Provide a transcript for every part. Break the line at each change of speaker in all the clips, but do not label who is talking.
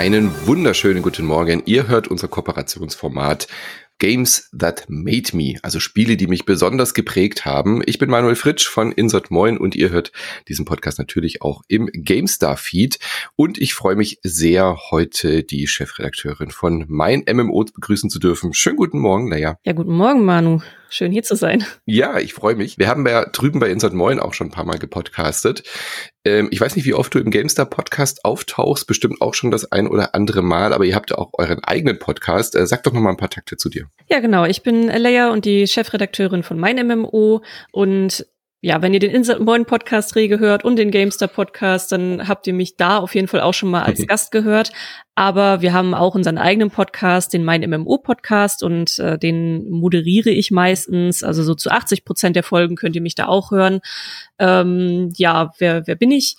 Einen wunderschönen guten Morgen. Ihr hört unser Kooperationsformat Games That Made Me, also Spiele, die mich besonders geprägt haben. Ich bin Manuel Fritsch von Insert Moin und ihr hört diesen Podcast natürlich auch im GameStar-Feed. Und ich freue mich sehr, heute die Chefredakteurin von Mein MMO begrüßen zu dürfen. Schönen guten Morgen, Leia.
Ja, guten Morgen, Manu. Schön, hier zu sein.
Ja, ich freue mich. Wir haben ja drüben bei Insert Moin auch schon ein paar Mal gepodcastet. Ich weiß nicht, wie oft du im GameStar-Podcast auftauchst, bestimmt auch schon das ein oder andere Mal, aber ihr habt ja auch euren eigenen Podcast. Sag doch noch mal ein paar Takte zu dir.
Ja, genau. Ich bin Leia und die Chefredakteurin von Mein MMO. Und ja, wenn ihr den Insert Moin Podcast rege hört und den GameStar Podcast, dann habt ihr mich da auf jeden Fall auch schon mal als Gast gehört. Aber wir haben auch unseren eigenen Podcast, den Mein MMO Podcast, und den moderiere ich meistens. Also so zu 80% der Folgen könnt ihr mich da auch hören. Ja, wer bin ich?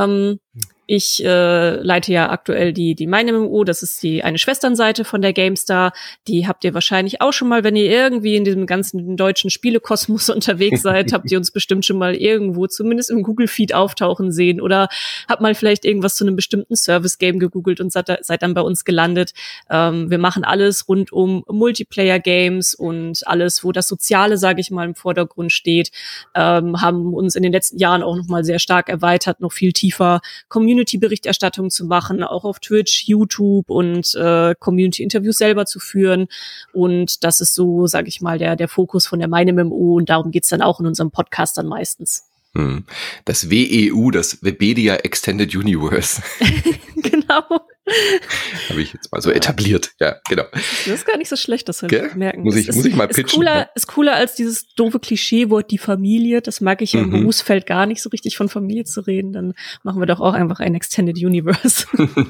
Ich leite ja aktuell die Mein MMO, das ist eine Schwesternseite von der GameStar. Die habt ihr wahrscheinlich auch schon mal, wenn ihr irgendwie in diesem ganzen deutschen Spielekosmos unterwegs seid, habt ihr uns bestimmt schon mal irgendwo, zumindest im Google-Feed auftauchen sehen oder habt mal vielleicht irgendwas zu einem bestimmten Service-Game gegoogelt und seid dann bei uns gelandet. Wir machen alles rund um Multiplayer-Games und alles, wo das Soziale, sage ich mal, im Vordergrund steht. Haben uns in den letzten Jahren auch noch mal sehr stark erweitert, noch viel tiefer Community-Berichterstattung zu machen, auch auf Twitch, YouTube und Community-Interviews selber zu führen. Und das ist so, sage ich mal, der Fokus von der Mein MMO, und darum geht's dann auch in unserem Podcast dann meistens.
Das WEU, das Webedia Extended Universe.
Genau.
Habe ich jetzt mal so etabliert. Ja, genau.
Das ist gar nicht so schlecht, das soll ich merken.
Muss ich mal pitchen.
Ist cooler als dieses doofe Klischeewort, die Familie. Das mag ich ja im Berufsfeld gar nicht, so richtig von Familie zu reden. Dann machen wir doch auch einfach ein Extended Universe.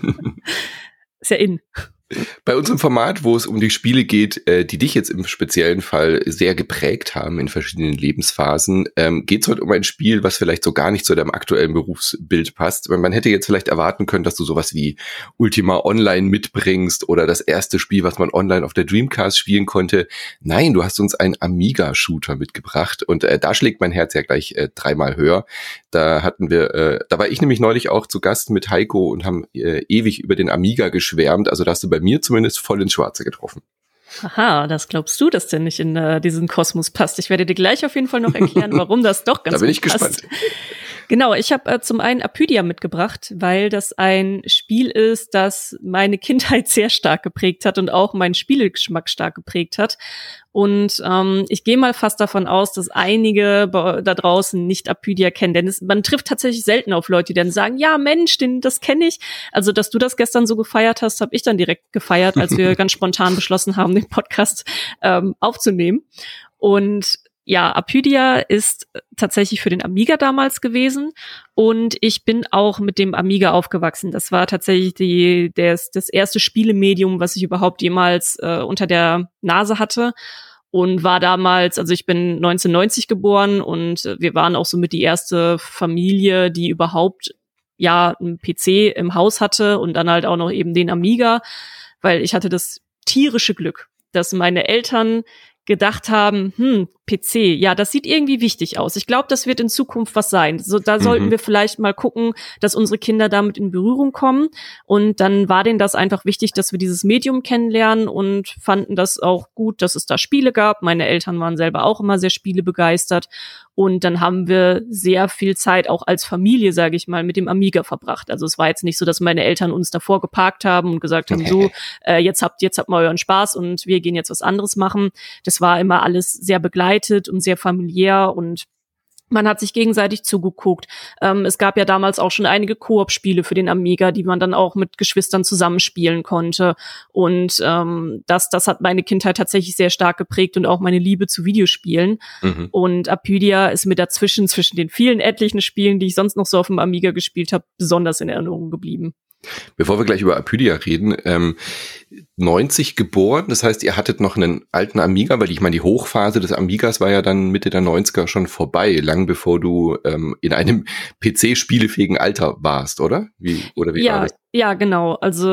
Ist ja in.
Bei unserem Format, wo es um die Spiele geht, die dich jetzt im speziellen Fall sehr geprägt haben in verschiedenen Lebensphasen, geht es heute um ein Spiel, was vielleicht so gar nicht zu deinem aktuellen Berufsbild passt. Man hätte jetzt vielleicht erwarten können, dass du sowas wie Ultima Online mitbringst oder das erste Spiel, was man online auf der Dreamcast spielen konnte. Nein, du hast uns einen Amiga-Shooter mitgebracht, und da schlägt mein Herz ja gleich dreimal höher. Da war ich nämlich neulich auch zu Gast mit Heiko und haben ewig über den Amiga geschwärmt. Also da hast du bei mir zumindest voll ins Schwarze getroffen.
Aha, das glaubst du, dass der nicht in diesen Kosmos passt. Ich werde dir gleich auf jeden Fall noch erklären, warum das doch ganz gut passt. Da bin ich gespannt. Genau, ich habe zum einen Apydia mitgebracht, weil das ein Spiel ist, das meine Kindheit sehr stark geprägt hat und auch meinen Spielegeschmack stark geprägt hat. Und ich gehe mal fast davon aus, dass einige da draußen nicht Apydia kennen, denn man trifft tatsächlich selten auf Leute, die dann sagen, ja Mensch, das kenne ich. Also, dass du das gestern so gefeiert hast, habe ich dann direkt gefeiert, als wir ganz spontan beschlossen haben, den Podcast aufzunehmen. Und ja, Apydia ist tatsächlich für den Amiga damals gewesen, und ich bin auch mit dem Amiga aufgewachsen. Das war tatsächlich das erste Spielemedium, was ich überhaupt jemals unter der Nase hatte, und war damals, also ich bin 1990 geboren, und wir waren auch somit die erste Familie, die überhaupt ja einen PC im Haus hatte und dann halt auch noch eben den Amiga, weil ich hatte das tierische Glück, dass meine Eltern gedacht haben, PC, ja, das sieht irgendwie wichtig aus. Ich glaube, das wird in Zukunft was sein. So, da sollten wir vielleicht mal gucken, dass unsere Kinder damit in Berührung kommen. Und dann war denen das einfach wichtig, dass wir dieses Medium kennenlernen, und fanden das auch gut, dass es da Spiele gab. Meine Eltern waren selber auch immer sehr spielebegeistert. Und dann haben wir sehr viel Zeit auch als Familie, sage ich mal, mit dem Amiga verbracht. Also es war jetzt nicht so, dass meine Eltern uns davor geparkt haben und gesagt haben, so, jetzt habt mal euren Spaß und wir gehen jetzt was anderes machen. Das war immer alles sehr begleitet und sehr familiär, und man hat sich gegenseitig zugeguckt. Es gab ja damals auch schon einige Koop-Spiele für den Amiga, die man dann auch mit Geschwistern zusammenspielen konnte. Und das hat meine Kindheit tatsächlich sehr stark geprägt und auch meine Liebe zu Videospielen. Und Apydia ist mir dazwischen, zwischen den vielen etlichen Spielen, die ich sonst noch so auf dem Amiga gespielt habe, besonders in Erinnerung geblieben.
Bevor wir gleich über Apydia reden, 90 geboren, das heißt, ihr hattet noch einen alten Amiga, weil ich meine, die Hochphase des Amigas war ja dann Mitte der 90er schon vorbei, lang bevor du in einem PC-spielefähigen Alter warst, oder? Wie war das?
Ja, genau. Also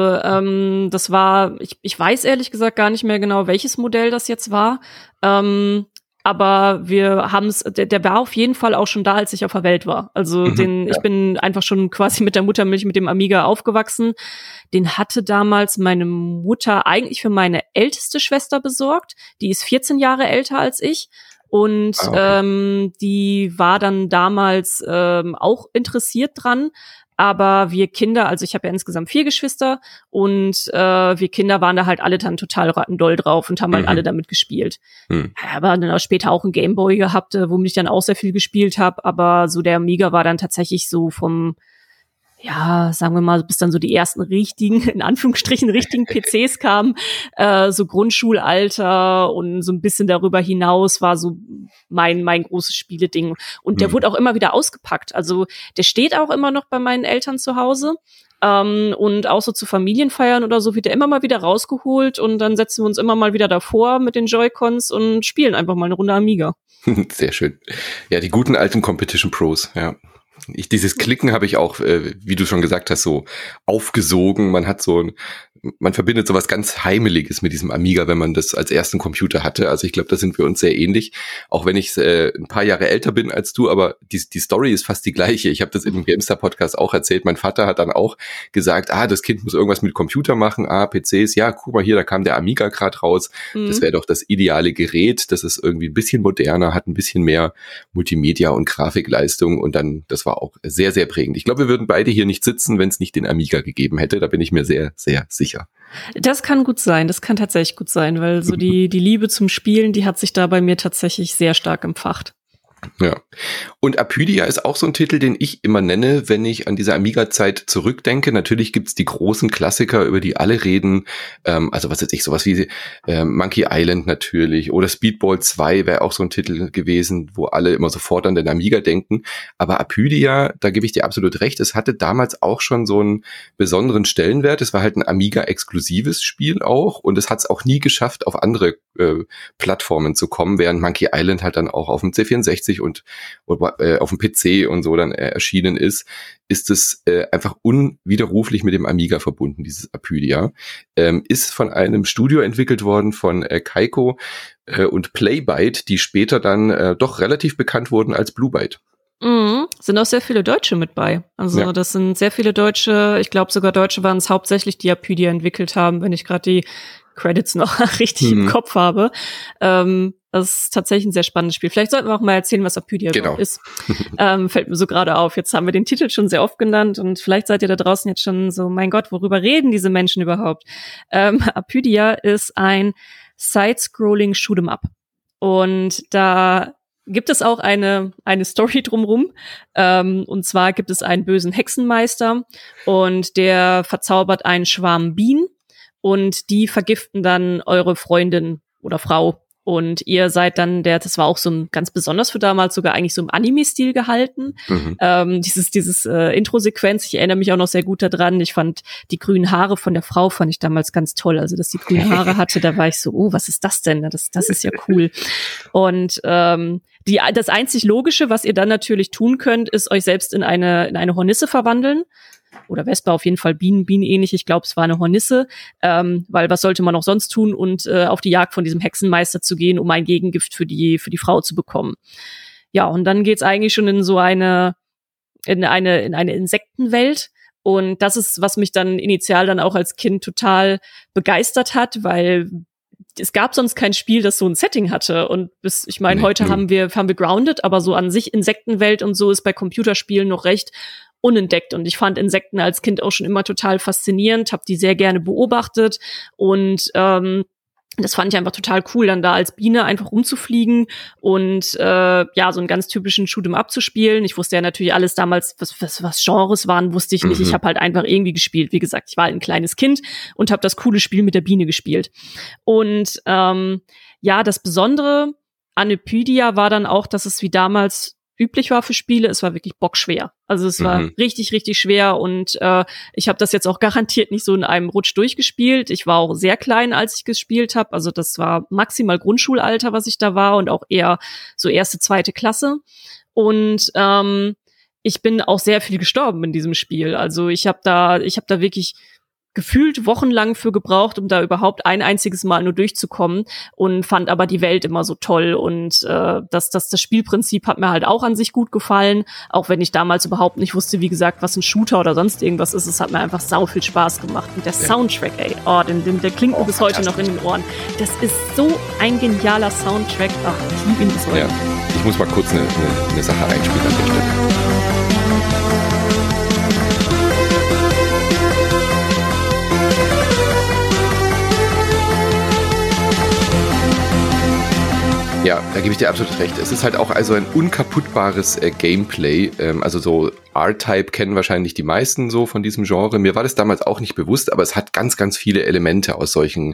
das war, ich weiß ehrlich gesagt gar nicht mehr genau, welches Modell das jetzt war. aber wir haben's, der war auf jeden Fall auch schon da, als ich auf der Welt war. Also ich bin einfach schon quasi mit der Muttermilch mit dem Amiga aufgewachsen. Den hatte damals meine Mutter eigentlich für meine älteste Schwester besorgt. Die ist 14 Jahre älter als ich. Und die war dann damals auch interessiert dran. Aber wir Kinder, also ich habe ja insgesamt 4 Geschwister und wir Kinder waren da halt alle dann total doll drauf und haben halt alle damit gespielt. Aber dann auch später auch einen Gameboy gehabt, womit ich dann auch sehr viel gespielt habe. Aber so der Amiga war dann tatsächlich so vom, ja, sagen wir mal, bis dann so die ersten richtigen, in Anführungsstrichen richtigen PCs kamen, so Grundschulalter und so ein bisschen darüber hinaus war so mein großes Spieleding. Und der wurde auch immer wieder ausgepackt. Also der steht auch immer noch bei meinen Eltern zu Hause. Und auch so zu Familienfeiern oder so wird der immer mal wieder rausgeholt und dann setzen wir uns immer mal wieder davor mit den Joy-Cons und spielen einfach mal eine Runde Amiga.
Sehr schön. Ja, die guten alten Competition Pros, ja. Dieses Klicken habe ich auch, wie du schon gesagt hast, so aufgesogen. Man verbindet sowas ganz Heimeliges mit diesem Amiga, wenn man das als ersten Computer hatte. Also ich glaube, da sind wir uns sehr ähnlich. Auch wenn ich ein paar Jahre älter bin als du, aber die Story ist fast die gleiche. Ich habe das in dem GameStar-Podcast auch erzählt. Mein Vater hat dann auch gesagt, das Kind muss irgendwas mit Computer machen. PCs, ja, guck mal hier, da kam der Amiga gerade raus. Das wäre doch das ideale Gerät. Das ist irgendwie ein bisschen moderner, hat ein bisschen mehr Multimedia und Grafikleistung. Und dann, das war auch sehr, sehr prägend. Ich glaube, wir würden beide hier nicht sitzen, wenn es nicht den Amiga gegeben hätte. Da bin ich mir sehr, sehr sicher.
Das kann gut sein, das kann tatsächlich gut sein, weil so die Liebe zum Spielen, die hat sich da bei mir tatsächlich sehr stark empfacht.
Ja. Und Apydia ist auch so ein Titel, den ich immer nenne, wenn ich an diese Amiga-Zeit zurückdenke. Natürlich gibt's die großen Klassiker, über die alle reden. Also was weiß ich, sowas wie Monkey Island natürlich oder Speedball 2 wäre auch so ein Titel gewesen, wo alle immer sofort an den Amiga denken. Aber Apydia, da gebe ich dir absolut recht, es hatte damals auch schon so einen besonderen Stellenwert. Es war halt ein Amiga-exklusives Spiel auch und es hat es auch nie geschafft, auf andere Plattformen zu kommen, während Monkey Island halt dann auch auf dem C64 und auf dem PC und so dann erschienen ist es einfach unwiderruflich mit dem Amiga verbunden, dieses Apydia. Ist von einem Studio entwickelt worden von Kaiko und Playbyte, die später dann doch relativ bekannt wurden als Blue Byte.
Sind auch sehr viele Deutsche mit bei. Also das sind sehr viele Deutsche, ich glaube sogar Deutsche waren es hauptsächlich, die Apydia entwickelt haben, wenn ich gerade die Credits noch richtig im Kopf habe. Das ist tatsächlich ein sehr spannendes Spiel. Vielleicht sollten wir auch mal erzählen, was Apydia ist. Fällt mir so gerade auf. Jetzt haben wir den Titel schon sehr oft genannt und vielleicht seid ihr da draußen jetzt schon so, mein Gott, worüber reden diese Menschen überhaupt? Apydia ist ein Side-Scrolling Shoot'em-up. Und da gibt es auch eine Story drumrum. Und zwar gibt es einen bösen Hexenmeister und der verzaubert einen Schwarm Bienen. Und die vergiften dann eure Freundin oder Frau. Und ihr seid dann das war auch so ein ganz besonders für damals, sogar eigentlich so im Anime-Stil gehalten. Dieses Intro-Sequenz, ich erinnere mich auch noch sehr gut daran. Ich fand die grünen Haare von der Frau fand ich damals ganz toll. Also, dass sie grüne Haare hatte, da war ich so, was ist das denn? Das ist ja cool. Und das einzig Logische, was ihr dann natürlich tun könnt, ist euch selbst in eine Hornisse verwandeln. Oder Wespe, auf jeden Fall Bienenähnlich. Ich glaube, es war eine Hornisse, weil was sollte man auch sonst tun und auf die Jagd von diesem Hexenmeister zu gehen, um ein Gegengift für die Frau zu bekommen. Ja, und dann geht's eigentlich schon in so eine Insektenwelt. Und das ist, was mich dann initial dann auch als Kind total begeistert hat, weil es gab sonst kein Spiel, das so ein Setting hatte. Und heute haben wir Grounded, aber so an sich Insektenwelt und so ist bei Computerspielen noch recht unentdeckt. Und ich fand Insekten als Kind auch schon immer total faszinierend, habe die sehr gerne beobachtet und das fand ich einfach total cool, dann da als Biene einfach rumzufliegen und so einen ganz typischen Shoot'em up zu spielen. Ich wusste ja natürlich alles damals, was Genres waren, wusste ich nicht. Ich habe halt einfach irgendwie gespielt. Wie gesagt, ich war ein kleines Kind und habe das coole Spiel mit der Biene gespielt. Und das Besondere an Apydia war dann auch, dass es wie damals üblich war für Spiele, es war wirklich bockschwer. Also es war richtig, richtig schwer und ich habe das jetzt auch garantiert nicht so in einem Rutsch durchgespielt. Ich war auch sehr klein, als ich gespielt habe. Also das war maximal Grundschulalter, was ich da war und auch eher so 1., 2. Klasse. Und ich bin auch sehr viel gestorben in diesem Spiel. Also ich hab da wirklich gefühlt wochenlang für gebraucht, um da überhaupt ein einziges Mal nur durchzukommen und fand aber die Welt immer so toll und das Spielprinzip hat mir halt auch an sich gut gefallen, auch wenn ich damals überhaupt nicht wusste, wie gesagt, was ein Shooter oder sonst irgendwas ist. Es hat mir einfach sau viel Spaß gemacht und der Soundtrack, ey, der klingt mir bis heute noch in den Ohren. Das ist so ein genialer Soundtrack. Ach, ich liebe ihn bis heute.
Ja. Ich muss mal kurz eine Sache einspielen an der Stelle. Ja, da gebe ich dir absolut recht. Es ist halt auch also ein unkaputtbares Gameplay. Also so R-Type kennen wahrscheinlich die meisten so von diesem Genre. Mir war das damals auch nicht bewusst, aber es hat ganz, ganz viele Elemente aus solchen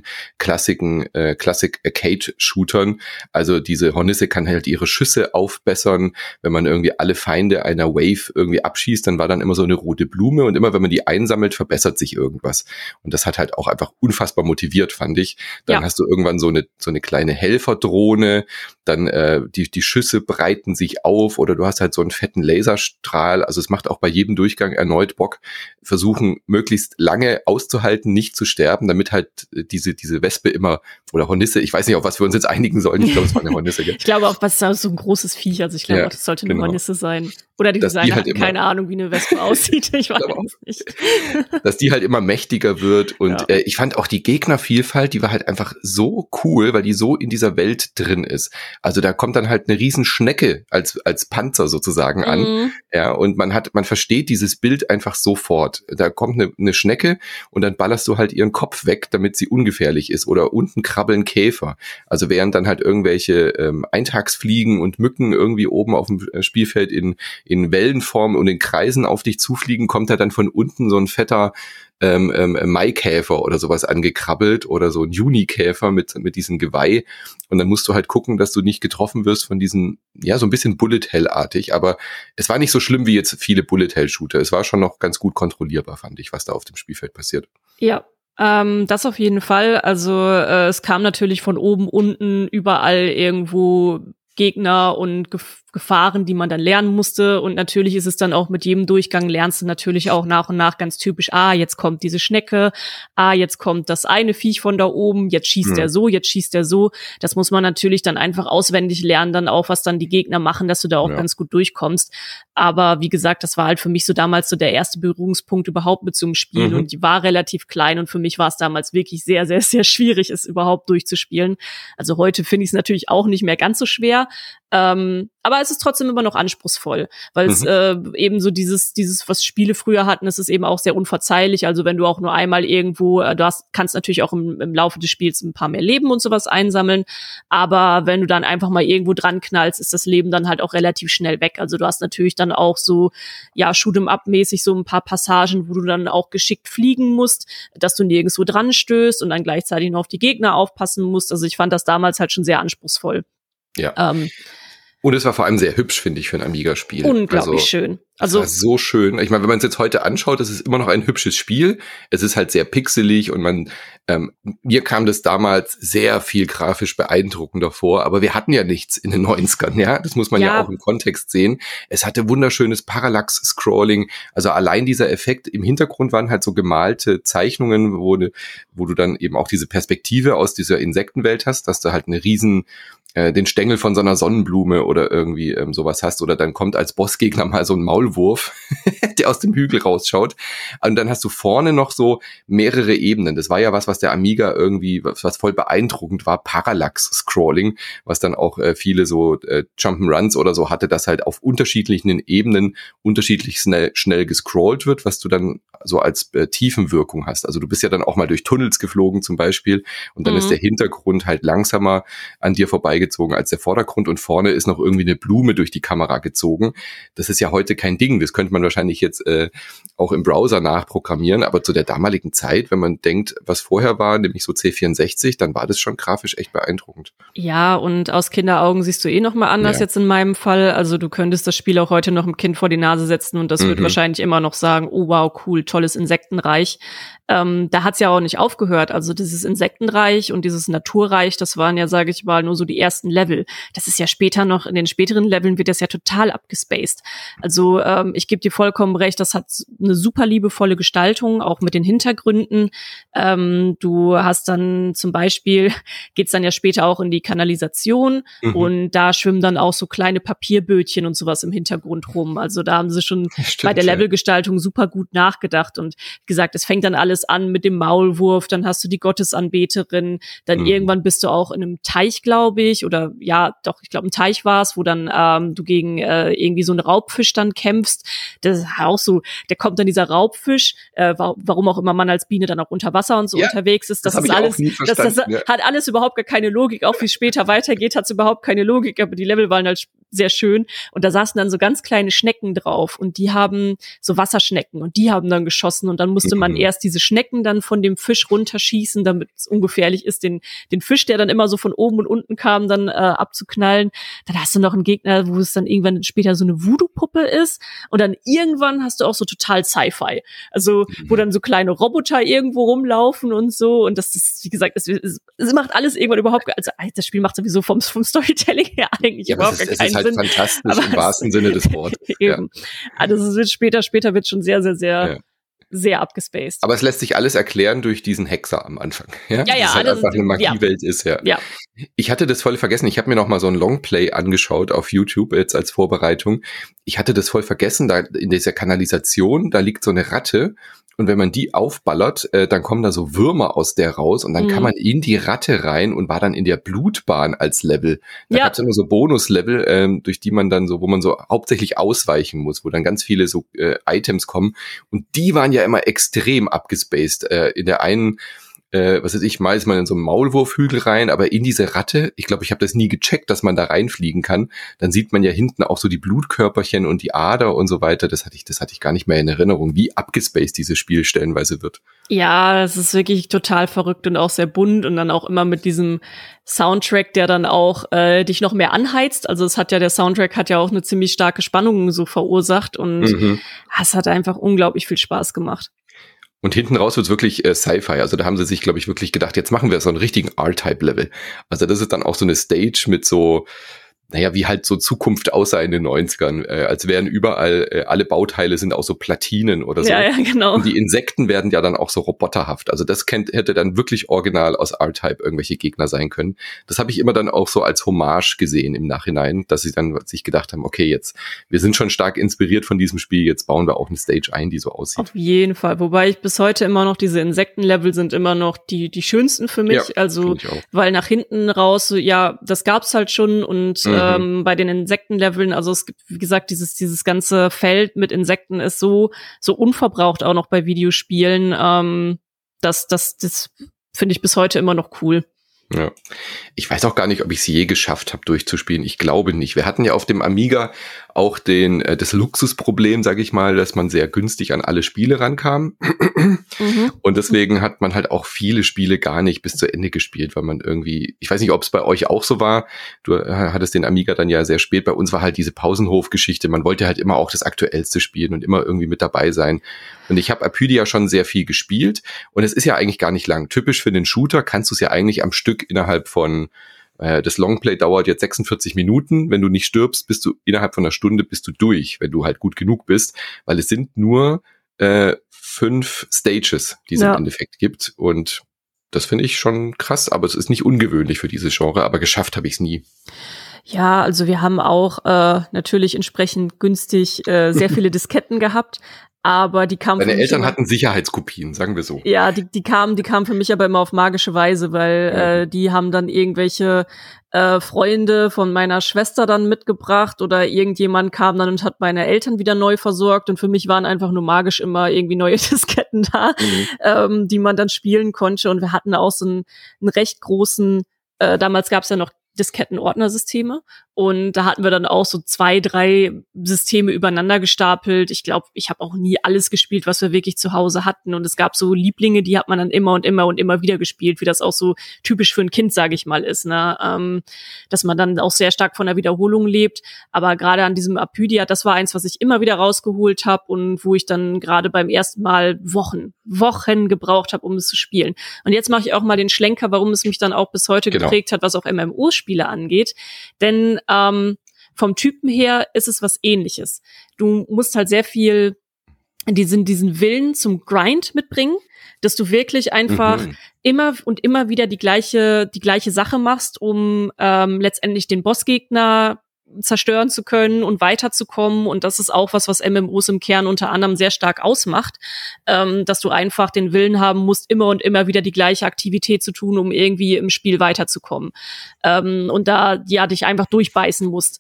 Classic-Arcade-Shootern. Also diese Hornisse kann halt ihre Schüsse aufbessern. Wenn man irgendwie alle Feinde einer Wave irgendwie abschießt, dann war dann immer so eine rote Blume und immer wenn man die einsammelt, verbessert sich irgendwas. Und das hat halt auch einfach unfassbar motiviert, fand ich. Dann hast du irgendwann so eine kleine Helferdrohne, dann die Schüsse breiten sich auf oder du hast halt so einen fetten Laserstrahl. Also es macht auch bei jedem Durchgang erneut Bock, versuchen möglichst lange auszuhalten, nicht zu sterben, damit halt diese Wespe immer, oder Hornisse, ich weiß nicht, auf was wir uns jetzt einigen sollen. Ich glaube, es war eine Hornisse. Gell?
Ich glaube auch, was ist so ein großes Viech, also ich glaube auch, das sollte eine Hornisse sein. Oder die Designer hatten keine Ahnung, wie eine Wespe aussieht, ich weiß nicht.
Dass die halt immer mächtiger wird und ich fand auch die Gegnervielfalt, die war halt einfach so cool, weil die so in dieser Welt drin ist. Also da kommt dann halt eine riesen Schnecke als Panzer sozusagen an, ja, und man versteht dieses Bild einfach sofort. Da kommt eine Schnecke und dann ballerst du halt ihren Kopf weg, damit sie ungefährlich ist, oder unten krabbeln Käfer. Also während dann halt irgendwelche Eintagsfliegen und Mücken irgendwie oben auf dem Spielfeld in Wellenform und in Kreisen auf dich zufliegen, kommt da dann von unten so ein fetter Maikäfer oder sowas angekrabbelt oder so ein Junikäfer mit diesem Geweih, und dann musst du halt gucken, dass du nicht getroffen wirst von diesen, ja, so ein bisschen Bullet-Hell-artig, aber es war nicht so schlimm wie jetzt viele Bullet-Hell-Shooter. Es war schon noch ganz gut kontrollierbar, fand ich, was da auf dem Spielfeld passiert.
Ja. Das auf jeden Fall. Also es kam natürlich von oben, unten, überall irgendwo Gegner und Gefahren, die man dann lernen musste. Und natürlich ist es dann auch mit jedem Durchgang, lernst du natürlich auch nach und nach ganz typisch, jetzt kommt diese Schnecke, jetzt kommt das eine Viech von da oben, jetzt schießt der so, jetzt schießt der so. Das muss man natürlich dann einfach auswendig lernen, dann auch, was dann die Gegner machen, dass du da auch ganz gut durchkommst. Aber wie gesagt, das war halt für mich so damals so der erste Berührungspunkt überhaupt mit so einem Spiel. Und die war relativ klein und für mich war es damals wirklich sehr, sehr, sehr schwierig, es überhaupt durchzuspielen. Also heute finde ich es natürlich auch nicht mehr ganz so schwer. Aber es ist trotzdem immer noch anspruchsvoll, weil es eben so dieses, was Spiele früher hatten, es ist eben auch sehr unverzeihlich. Also wenn du auch nur einmal irgendwo, kannst natürlich auch im Laufe des Spiels ein paar mehr Leben und sowas einsammeln, aber wenn du dann einfach mal irgendwo dran knallst, ist das Leben dann halt auch relativ schnell weg. Also du hast natürlich dann auch so, Shoot'em-up-mäßig so ein paar Passagen, wo du dann auch geschickt fliegen musst, dass du nirgendwo dran stößt und dann gleichzeitig noch auf die Gegner aufpassen musst. Also ich fand das damals halt schon sehr anspruchsvoll.
Ja. Und es war vor allem sehr hübsch, finde ich, für ein Amiga-Spiel.
Unglaublich schön. Also
es war so schön. Ich meine, wenn man es jetzt heute anschaut, es ist immer noch ein hübsches Spiel. Es ist halt sehr pixelig und mir kam das damals sehr viel grafisch beeindruckender vor, aber wir hatten ja nichts in den 90ern, ja. Das muss man ja auch im Kontext sehen. Es hatte wunderschönes Parallax-Scrolling. Also allein dieser Effekt im Hintergrund waren halt so gemalte Zeichnungen, wo du dann eben auch diese Perspektive aus dieser Insektenwelt hast, dass du halt eine riesen den Stängel von so einer Sonnenblume oder irgendwie sowas hast, oder dann kommt als Bossgegner mal so ein Maulwurf, der aus dem Hügel rausschaut, und dann hast du vorne noch so mehrere Ebenen. Das war ja was der Amiga irgendwie, was voll beeindruckend war, Parallax-Scrolling, was dann auch viele so Jump'n'Runs oder so hatte, dass halt auf unterschiedlichen Ebenen unterschiedlich schnell gescrollt wird, was du dann so als Tiefenwirkung hast. Also du bist ja dann auch mal durch Tunnels geflogen zum Beispiel, und dann ist der Hintergrund halt langsamer an dir vorbeigezogen als der Vordergrund, und vorne ist noch irgendwie eine Blume durch die Kamera gezogen. Das ist ja heute kein Ding. Das könnte man wahrscheinlich jetzt auch im Browser nachprogrammieren, aber zu der damaligen Zeit, wenn man denkt, was vorher war, nämlich so C64, dann war das schon grafisch echt beeindruckend.
Ja, und aus Kinderaugen siehst du noch mal anders jetzt in meinem Fall. Also du könntest das Spiel auch heute noch einem Kind vor die Nase setzen und das wird wahrscheinlich immer noch sagen, oh wow, cool, tolles Insektenreich. Da hat's ja auch nicht aufgehört. Also dieses Insektenreich und dieses Naturreich, das waren ja, sage ich mal, nur so die ersten Level. Das ist ja später noch, in den späteren Leveln wird das ja total abgespaced. Also ich gebe dir vollkommen recht, das hat eine super liebevolle Gestaltung, auch mit den Hintergründen. Du hast dann zum Beispiel, geht's dann ja später auch in die Kanalisation und da schwimmen dann auch so kleine Papierbötchen und sowas im Hintergrund rum. Also da haben sie schon bei der Levelgestaltung super gut nachgedacht. Und wie gesagt, es fängt dann alles an mit dem Maulwurf, dann hast du die Gottesanbeterin, dann irgendwann bist du auch in einem Teich, glaube ich, oder ja, doch, ich glaube, ein Teich war es, wo dann du gegen irgendwie so einen Raubfisch dann kämpfst. Das ist auch so, der kommt dann dieser Raubfisch, warum auch immer man als Biene dann auch unter Wasser und so unterwegs ist. Das ist alles, das hat alles überhaupt gar keine Logik. Auch wie es später weitergeht, hat es überhaupt keine Logik, aber die Level waren halt sehr schön. Und da saßen dann so ganz kleine Schnecken drauf und die haben so Wasserschnecken und die haben dann geschossen und dann musste man erst diese Schnecken dann von dem Fisch runterschießen, damit es ungefährlich ist, den Fisch, der dann immer so von oben und unten kam, dann abzuknallen. Dann hast du noch einen Gegner, wo es dann irgendwann später so eine Voodoo-Puppe ist und dann irgendwann hast du auch so total Sci-Fi. Also wo dann so kleine Roboter irgendwo rumlaufen und so und das ist, wie gesagt, es macht alles irgendwann überhaupt, also das Spiel macht sowieso vom Storytelling her eigentlich überhaupt keinen Sinn. Es ist halt
fantastisch aber im wahrsten Sinne des Wortes.
Eben. Also es wird später wird schon sehr, sehr, sehr sehr abgespaced.
Aber es lässt sich alles erklären durch diesen Hexer am Anfang. Ja,
ja,
das halt einfach eine Magiewelt ist, ja. Ich hatte das voll vergessen. Ich habe mir noch mal so ein Longplay angeschaut auf YouTube jetzt als Vorbereitung. Ich hatte das voll vergessen. Da in dieser Kanalisation, da liegt so eine Ratte. Und wenn man die aufballert, dann kommen da so Würmer aus der raus und dann kann man in die Ratte rein und war dann in der Blutbahn als Level. Da gab es immer so Bonuslevel, durch die man dann so, wo man so hauptsächlich ausweichen muss, wo dann ganz viele so Items kommen. Und die waren ja immer extrem abgespaced. In der einen was weiß ich, mal ist man in so einen Maulwurfhügel rein, aber in diese Ratte, ich glaube, ich habe das nie gecheckt, dass man da reinfliegen kann, dann sieht man ja hinten auch so die Blutkörperchen und die Ader und so weiter, das hatte ich gar nicht mehr in Erinnerung, wie abgespaced dieses Spiel stellenweise wird.
Ja, es ist wirklich total verrückt und auch sehr bunt und dann auch immer mit diesem Soundtrack, der dann auch dich noch mehr anheizt, also der Soundtrack hat ja auch eine ziemlich starke Spannung so verursacht und es hat einfach unglaublich viel Spaß gemacht.
Und hinten raus wird's wirklich Sci-Fi. Also da haben sie sich, glaube ich, wirklich gedacht, jetzt machen wir so einen richtigen R-Type-Level. Also das ist dann auch so eine Stage mit so, naja, wie halt so Zukunft aussah in den 90ern. Als wären überall, alle Bauteile sind auch so Platinen oder so.
Ja, genau.
Und die Insekten werden ja dann auch so roboterhaft. Also das hätte dann wirklich original aus R-Type irgendwelche Gegner sein können. Das habe ich immer dann auch so als Hommage gesehen im Nachhinein, dass sie dann sich gedacht haben, okay, jetzt, wir sind schon stark inspiriert von diesem Spiel, jetzt bauen wir auch eine Stage ein, die so aussieht.
Auf jeden Fall. Wobei ich bis heute immer noch, diese Insektenlevel sind immer noch die schönsten für mich. Ja, also, weil nach hinten raus, ja, das gab's halt schon und bei den Insektenleveln, also es gibt, wie gesagt, dieses ganze Feld mit Insekten ist so unverbraucht auch noch bei Videospielen. Das finde ich bis heute immer noch cool.
Ja. Ich weiß auch gar nicht, ob ich es je geschafft habe, durchzuspielen. Ich glaube nicht. Wir hatten ja auf dem Amiga auch das Luxusproblem, sage ich mal, dass man sehr günstig an alle Spiele rankam. Und deswegen hat man halt auch viele Spiele gar nicht bis zu Ende gespielt, weil man irgendwie, ich weiß nicht, ob es bei euch auch so war. Du hattest den Amiga dann ja sehr spät. Bei uns war halt diese Pausenhof-Geschichte. Man wollte halt immer auch das Aktuellste spielen und immer irgendwie mit dabei sein. Und ich habe Apydia schon sehr viel gespielt. Und es ist ja eigentlich gar nicht lang. Typisch für den Shooter kannst du es ja eigentlich am Stück innerhalb von, das Longplay dauert jetzt 46 Minuten. Wenn du nicht stirbst, bist du innerhalb von einer Stunde bist du durch, wenn du halt gut genug bist. Weil es sind nur 5 Stages, die es im Endeffekt gibt. Und das finde ich schon krass, aber es ist nicht ungewöhnlich für dieses Genre, aber geschafft habe ich es nie.
Ja, also wir haben auch natürlich entsprechend günstig sehr viele Disketten gehabt. Aber die kamen.
Deine Eltern hatten Sicherheitskopien, sagen wir so.
Ja, die kamen für mich aber immer auf magische Weise, weil die haben dann irgendwelche Freunde von meiner Schwester dann mitgebracht oder irgendjemand kam dann und hat meine Eltern wieder neu versorgt und für mich waren einfach nur magisch immer irgendwie neue Disketten da, die man dann spielen konnte und wir hatten auch so einen recht großen, damals gab's ja noch Diskettenordnersysteme und da hatten wir dann auch so 2, 3 Systeme übereinander gestapelt. Ich glaube, ich habe auch nie alles gespielt, was wir wirklich zu Hause hatten und es gab so Lieblinge, die hat man dann immer und immer und immer wieder gespielt, wie das auch so typisch für ein Kind, sage ich mal, ist, ne? Dass man dann auch sehr stark von der Wiederholung lebt, aber gerade an diesem Apydia, das war eins, was ich immer wieder rausgeholt habe und wo ich dann gerade beim ersten Mal Wochen gebraucht habe, um es zu spielen. Und jetzt mache ich auch mal den Schlenker, warum es mich dann auch bis heute geprägt hat, was auch MMO-Spiele angeht. Denn vom Typen her ist es was Ähnliches. Du musst halt sehr viel diesen Willen zum Grind mitbringen, dass du wirklich einfach immer und immer wieder die gleiche Sache machst, um letztendlich den Bossgegner zerstören zu können und weiterzukommen. Und das ist auch was MMOs im Kern unter anderem sehr stark ausmacht, dass du einfach den Willen haben musst, immer und immer wieder die gleiche Aktivität zu tun, um irgendwie im Spiel weiterzukommen. Und da dich einfach durchbeißen musst,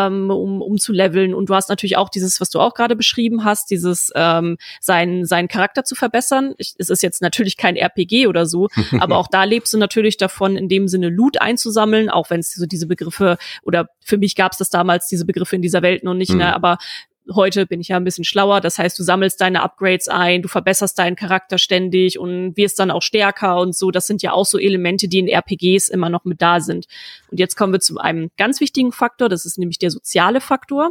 um zu leveln. Und du hast natürlich auch dieses, was du auch gerade beschrieben hast, dieses seinen Charakter zu verbessern. Es ist jetzt natürlich kein RPG oder so, aber auch da lebst du natürlich davon, in dem Sinne Loot einzusammeln, auch wenn es so diese Begriffe, oder für mich gab es das damals, diese Begriffe in dieser Welt noch nicht, ne? Aber heute bin ich ja ein bisschen schlauer. Das heißt, du sammelst deine Upgrades ein, du verbesserst deinen Charakter ständig und wirst dann auch stärker und so. Das sind ja auch so Elemente, die in RPGs immer noch mit da sind. Und jetzt kommen wir zu einem ganz wichtigen Faktor. Das ist nämlich der soziale Faktor.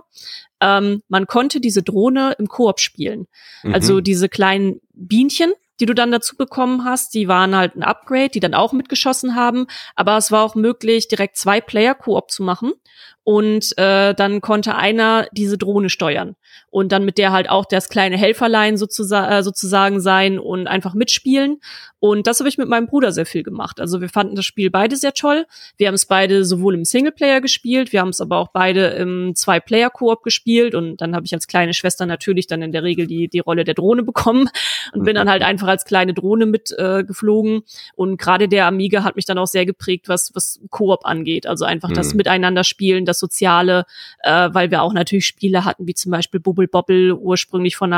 Man konnte diese Drohne im Koop spielen. Also diese kleinen Bienchen, die du dann dazu bekommen hast, die waren halt ein Upgrade, die dann auch mitgeschossen haben. Aber es war auch möglich, direkt 2 Player-Koop zu machen. Und dann konnte einer diese Drohne steuern und dann mit der halt auch das kleine Helferlein sozusagen sein und einfach mitspielen. Und das habe ich mit meinem Bruder sehr viel gemacht. Also wir fanden das Spiel beide sehr toll. Wir haben es beide sowohl im Singleplayer gespielt, wir haben es aber auch beide im 2-Player-Koop gespielt. Und dann habe ich als kleine Schwester natürlich dann in der Regel die Rolle der Drohne bekommen und bin dann halt einfach als kleine Drohne mit geflogen. Und gerade der Amiga hat mich dann auch sehr geprägt, was Koop angeht. Also einfach das Miteinander spielen, das Soziale, weil wir auch natürlich Spiele hatten, wie zum Beispiel Bubble Bobble, ursprünglich von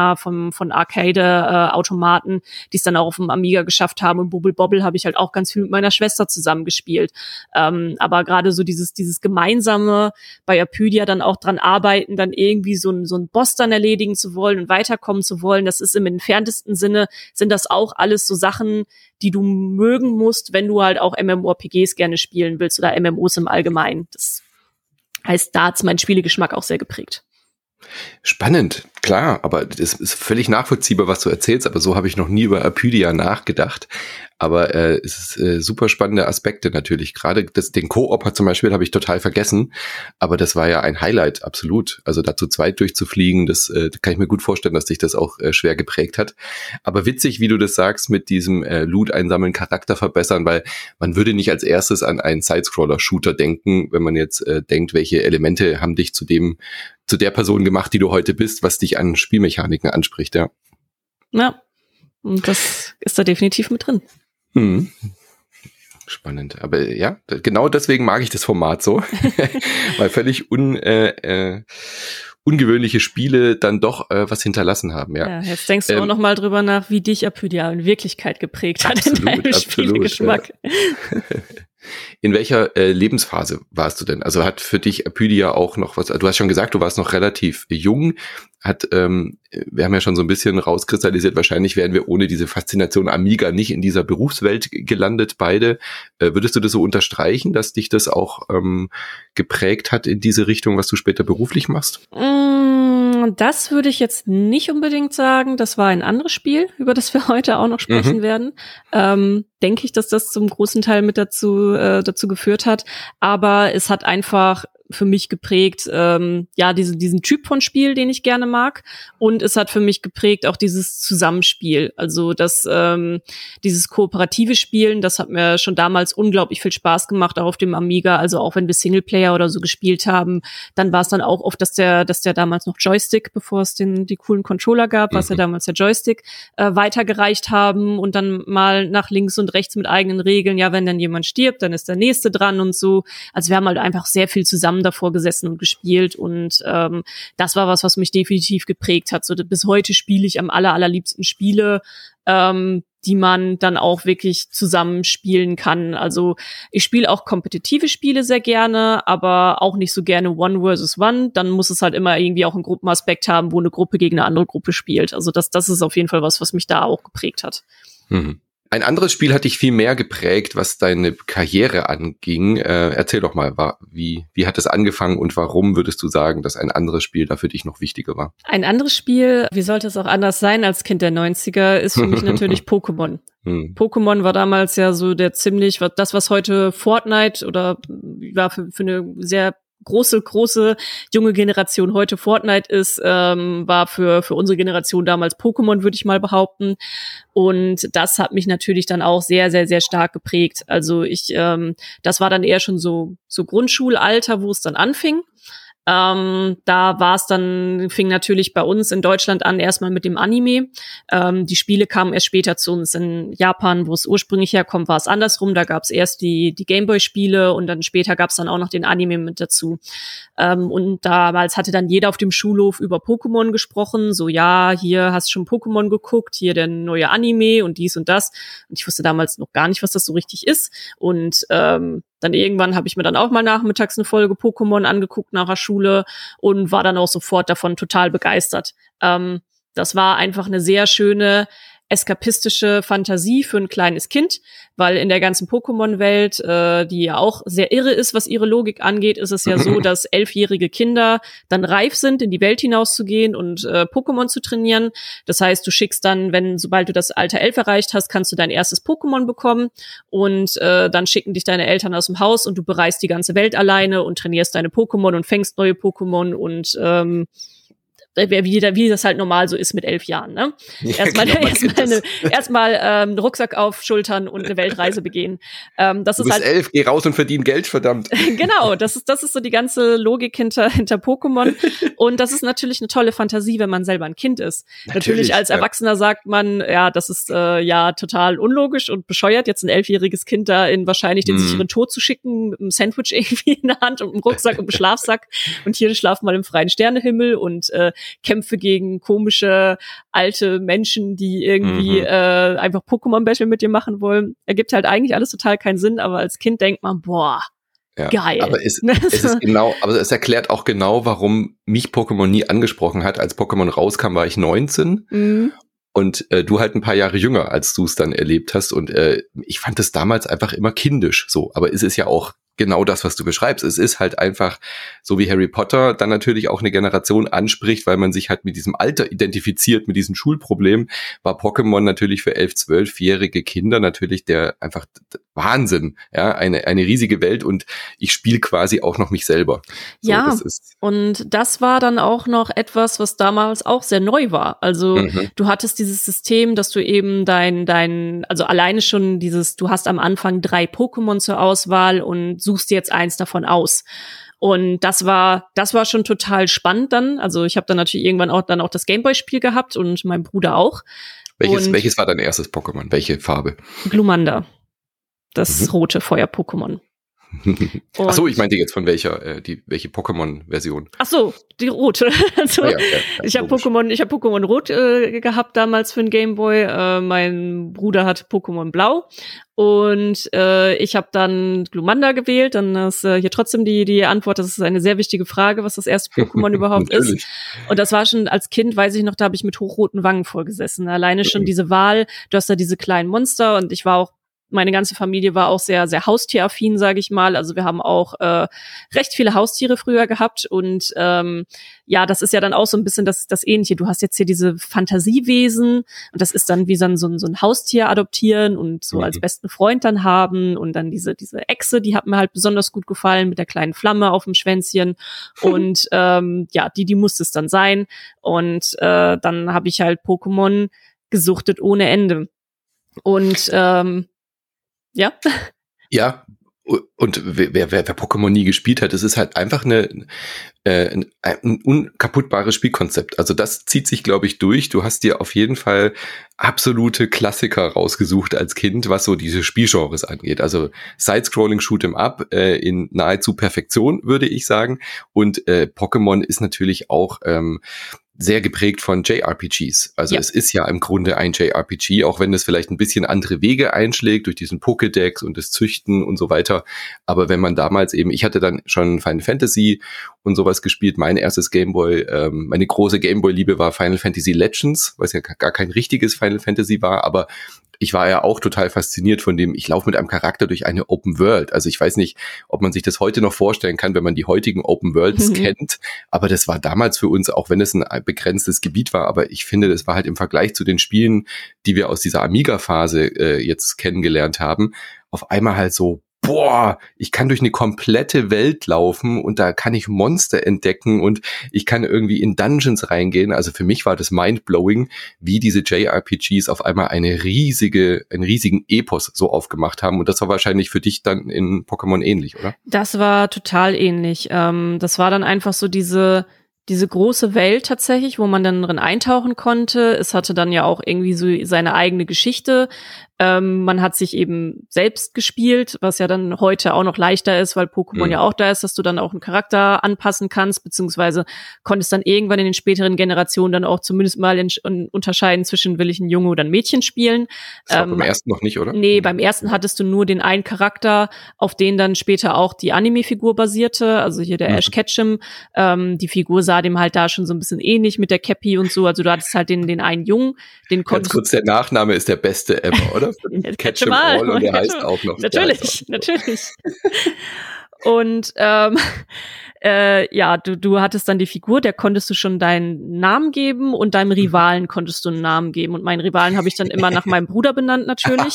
Arcade-Automaten, die es dann auch auf dem Amiga geschafft haben. Und Bubble Bobble habe ich halt auch ganz viel mit meiner Schwester zusammen gespielt. Aber gerade so dieses gemeinsame bei Apydia dann auch dran arbeiten, dann irgendwie so einen Boss dann erledigen zu wollen und weiterkommen zu wollen, das ist im entferntesten Sinne, sind das auch alles so Sachen, die du mögen musst, wenn du halt auch MMORPGs gerne spielen willst oder MMOs im Allgemeinen. Das heißt, da hat's meinen Spielegeschmack auch sehr geprägt.
Spannend, klar, aber das ist völlig nachvollziehbar, was du erzählst, aber so habe ich noch nie über Apydia nachgedacht. Aber es ist super spannende Aspekte natürlich. Gerade den Koop zum Beispiel habe ich total vergessen, aber das war ja ein Highlight, absolut. Also da zu zweit durchzufliegen, das kann ich mir gut vorstellen, dass dich das auch schwer geprägt hat. Aber witzig, wie du das sagst, mit diesem Loot einsammeln, Charakter verbessern, weil man würde nicht als erstes an einen Sidescroller-Shooter denken, wenn man jetzt denkt, welche Elemente haben dich zu der Person gemacht, die du heute bist, was dich an Spielmechaniken anspricht, ja.
Ja, und das ist da definitiv mit drin.
Spannend, aber ja, genau deswegen mag ich das Format so, weil völlig ungewöhnliche Spiele dann doch was hinterlassen haben, ja. Ja,
jetzt denkst du auch noch mal drüber nach, wie dich Apydia in Wirklichkeit geprägt hat in deinem Spielegeschmack. Ja.
In welcher Lebensphase warst du denn? Also hat für dich Apydia auch noch was, du hast schon gesagt, du warst noch relativ jung, wir haben ja schon so ein bisschen rauskristallisiert, wahrscheinlich wären wir ohne diese Faszination Amiga nicht in dieser Berufswelt gelandet, beide. Würdest du das so unterstreichen, dass dich das auch geprägt hat in diese Richtung, was du später beruflich machst?
Das würde ich jetzt nicht unbedingt sagen. Das war ein anderes Spiel, über das wir heute auch noch sprechen werden. Denke ich, dass das zum großen Teil mit dazu geführt hat. Aber es hat einfach für mich geprägt, diesen Typ von Spiel, den ich gerne mag. Und es hat für mich geprägt auch dieses Zusammenspiel. Also dieses kooperative Spielen, das hat mir schon damals unglaublich viel Spaß gemacht, auch auf dem Amiga. Also auch wenn wir Singleplayer oder so gespielt haben, dann war es dann auch oft, dass der damals noch Joystick, bevor es die coolen Controller gab, was ja damals der Joystick, weitergereicht haben und dann mal nach links und rechts mit eigenen Regeln. Ja, wenn dann jemand stirbt, dann ist der Nächste dran und so. Also wir haben halt einfach sehr viel zusammen davor gesessen und gespielt und das war was mich definitiv geprägt hat. So bis heute spiele ich am allerliebsten Spiele, die man dann auch wirklich zusammen spielen kann. Also ich spiele auch kompetitive Spiele sehr gerne, aber auch nicht so gerne One versus One. Dann muss es halt immer irgendwie auch einen Gruppenaspekt haben, wo eine Gruppe gegen eine andere Gruppe spielt. Also das ist auf jeden Fall was mich da auch geprägt hat.
Ein anderes Spiel hat dich viel mehr geprägt, was deine Karriere anging. Erzähl doch mal, wie hat es angefangen und warum würdest du sagen, dass ein anderes Spiel da für dich noch wichtiger war?
Ein anderes Spiel, wie sollte es auch anders sein als Kind der 90er, ist für mich natürlich Pokémon. Pokémon war damals ja so was heute Fortnite oder war für eine sehr große junge Generation heute Fortnite ist, war für unsere Generation damals Pokémon, würde ich mal behaupten. Und das hat mich natürlich dann auch sehr, sehr, sehr stark geprägt. Also das war dann eher schon so Grundschulalter, wo es dann anfing. Da fing natürlich bei uns in Deutschland an, erstmal mit dem Anime. Die Spiele kamen erst später zu uns. In Japan, wo es ursprünglich herkommt, war es andersrum. Da gab es erst die Gameboy-Spiele und dann später gab es dann auch noch den Anime mit dazu. Und damals hatte dann jeder auf dem Schulhof über Pokémon gesprochen. So, ja, hier hast du schon Pokémon geguckt, hier der neue Anime und dies und das. Und ich wusste damals noch gar nicht, was das so richtig ist. Und dann irgendwann habe ich mir dann auch mal nachmittags eine Folge Pokémon angeguckt nach der Schule und war dann auch sofort davon total begeistert. Das war einfach eine sehr schöne eskapistische Fantasie für ein kleines Kind, weil in der ganzen Pokémon-Welt, die ja auch sehr irre ist, was ihre Logik angeht, ist es ja so, dass 11-jährige Kinder dann reif sind, in die Welt hinauszugehen und Pokémon zu trainieren. Das heißt, du schickst dann, sobald du das Alter 11 erreicht hast, kannst du dein erstes Pokémon bekommen und dann schicken dich deine Eltern aus dem Haus und du bereist die ganze Welt alleine und trainierst deine Pokémon und fängst neue Pokémon und wie das halt normal so ist mit 11 Jahren, ne? Erstmal einen Rucksack auf Schultern und eine Weltreise begehen.
Du bist halt 11, geh raus und verdien Geld, verdammt.
Genau, das ist so die ganze Logik hinter Pokémon. Und das ist natürlich eine tolle Fantasie, wenn man selber ein Kind ist. Natürlich als Erwachsener sagt man, ja, das ist ja total unlogisch und bescheuert, jetzt ein 11-jähriges Kind da in wahrscheinlich den sicheren Tod zu schicken, mit einem Sandwich irgendwie in der Hand und einem Rucksack und einem Schlafsack. Und hier schlafen mal im freien Sternehimmel und Kämpfe gegen komische alte Menschen, die irgendwie einfach Pokémon-Battle mit dir machen wollen. Ergibt halt eigentlich alles total keinen Sinn, aber als Kind denkt man, boah, geil.
Aber es erklärt auch genau, warum mich Pokémon nie angesprochen hat. Als Pokémon rauskam, war ich 19. Und du halt ein paar Jahre jünger, als du es dann erlebt hast. Und ich fand es damals einfach immer kindisch so. Aber es ist ja auch genau das, was du beschreibst. Es ist halt einfach, so wie Harry Potter dann natürlich auch eine Generation anspricht, weil man sich halt mit diesem Alter identifiziert, mit diesem Schulproblem, war Pokémon natürlich für 11-, 12-jährige Kinder natürlich der einfach Wahnsinn. Ja, eine riesige Welt und ich spiele quasi auch noch mich selber. So,
ja, und das war dann auch noch etwas, was damals auch sehr neu war. Also du hattest dieses System, dass du eben also alleine schon du hast am Anfang 3 Pokémon zur Auswahl und suchst dir jetzt eins davon aus. Und das war schon total spannend dann. Also ich habe dann natürlich irgendwann auch das Gameboy-Spiel gehabt und mein Bruder auch.
Welches war dein erstes Pokémon? Welche Farbe?
Glumanda. Das rote Feuer-Pokémon.
Ach so, ich meinte jetzt von welche Pokémon-Version?
Ach so, die rote. Also, ich habe Pokémon Rot gehabt damals für den Gameboy. Mein Bruder hat Pokémon Blau und ich habe dann Glumanda gewählt. Dann ist hier trotzdem die Antwort. Das ist eine sehr wichtige Frage, was das erste Pokémon überhaupt ist. Und das war schon als Kind, weiß ich noch, da habe ich mit hochroten Wangen vorgesessen. Alleine schon diese Wahl. Du hast da diese kleinen Monster und meine ganze Familie war auch sehr, sehr haustieraffin, sage ich mal. Also wir haben auch recht viele Haustiere früher gehabt und das ist ja dann auch so ein bisschen das Ähnliche. Du hast jetzt hier diese Fantasiewesen und das ist dann wie so ein Haustier adoptieren und so als besten Freund dann haben und dann diese Echse, die hat mir halt besonders gut gefallen mit der kleinen Flamme auf dem Schwänzchen und die musste es dann sein und dann habe ich halt Pokémon gesuchtet ohne Ende und ja. Ja,
und wer Pokémon nie gespielt hat, es ist halt einfach ein unkaputtbares Spielkonzept. Also das zieht sich, glaube ich, durch. Du hast dir auf jeden Fall absolute Klassiker rausgesucht als Kind, was so diese Spielgenres angeht. Also Side-Scrolling Shoot'em Up in nahezu Perfektion, würde ich sagen. Und Pokémon ist natürlich auch sehr geprägt von JRPGs. Also es ist ja im Grunde ein JRPG, auch wenn es vielleicht ein bisschen andere Wege einschlägt durch diesen Pokédex und das Züchten und so weiter. Aber wenn man damals ich hatte dann schon Final Fantasy und sowas gespielt. Mein erstes Gameboy, meine große Gameboy-Liebe war Final Fantasy Legends, was ja gar kein richtiges Final Fantasy war, aber ich war ja auch total fasziniert von dem, ich laufe mit einem Charakter durch eine Open World. Also ich weiß nicht, ob man sich das heute noch vorstellen kann, wenn man die heutigen Open Worlds kennt. Aber das war damals für uns, auch wenn es ein begrenztes Gebiet war, aber ich finde, das war halt im Vergleich zu den Spielen, die wir aus dieser Amiga-Phase jetzt kennengelernt haben, auf einmal halt so, boah, ich kann durch eine komplette Welt laufen und da kann ich Monster entdecken und ich kann irgendwie in Dungeons reingehen. Also für mich war das mindblowing, wie diese JRPGs auf einmal einen riesigen Epos so aufgemacht haben. Und das war wahrscheinlich für dich dann in Pokémon ähnlich, oder?
Das war total ähnlich. Das war dann einfach so diese große Welt tatsächlich, wo man dann drin eintauchen konnte. Es hatte dann ja auch irgendwie so seine eigene Geschichte. Man hat sich eben selbst gespielt, was ja dann heute auch noch leichter ist, weil Pokémon ja auch da ist, dass du dann auch einen Charakter anpassen kannst, beziehungsweise konntest dann irgendwann in den späteren Generationen dann auch zumindest mal unterscheiden zwischen, will ich ein Junge oder ein Mädchen spielen.
Das war beim ersten noch nicht, oder?
Nee, beim ersten hattest du nur den einen Charakter, auf den dann später auch die Anime-Figur basierte, also hier der Ash Ketchum. Die Figur sah dem halt da schon so ein bisschen ähnlich mit der Cappy und so, also du hattest halt den einen Jungen, den konntest...
Ganz kurz, der Nachname ist der beste ever, oder?
Ketchum All
und der heißt auch noch.
Natürlich. Und ja, du hattest dann die Figur, der konntest du schon deinen Namen geben und deinem Rivalen konntest du einen Namen geben. Und meinen Rivalen habe ich dann immer nach meinem Bruder benannt, natürlich.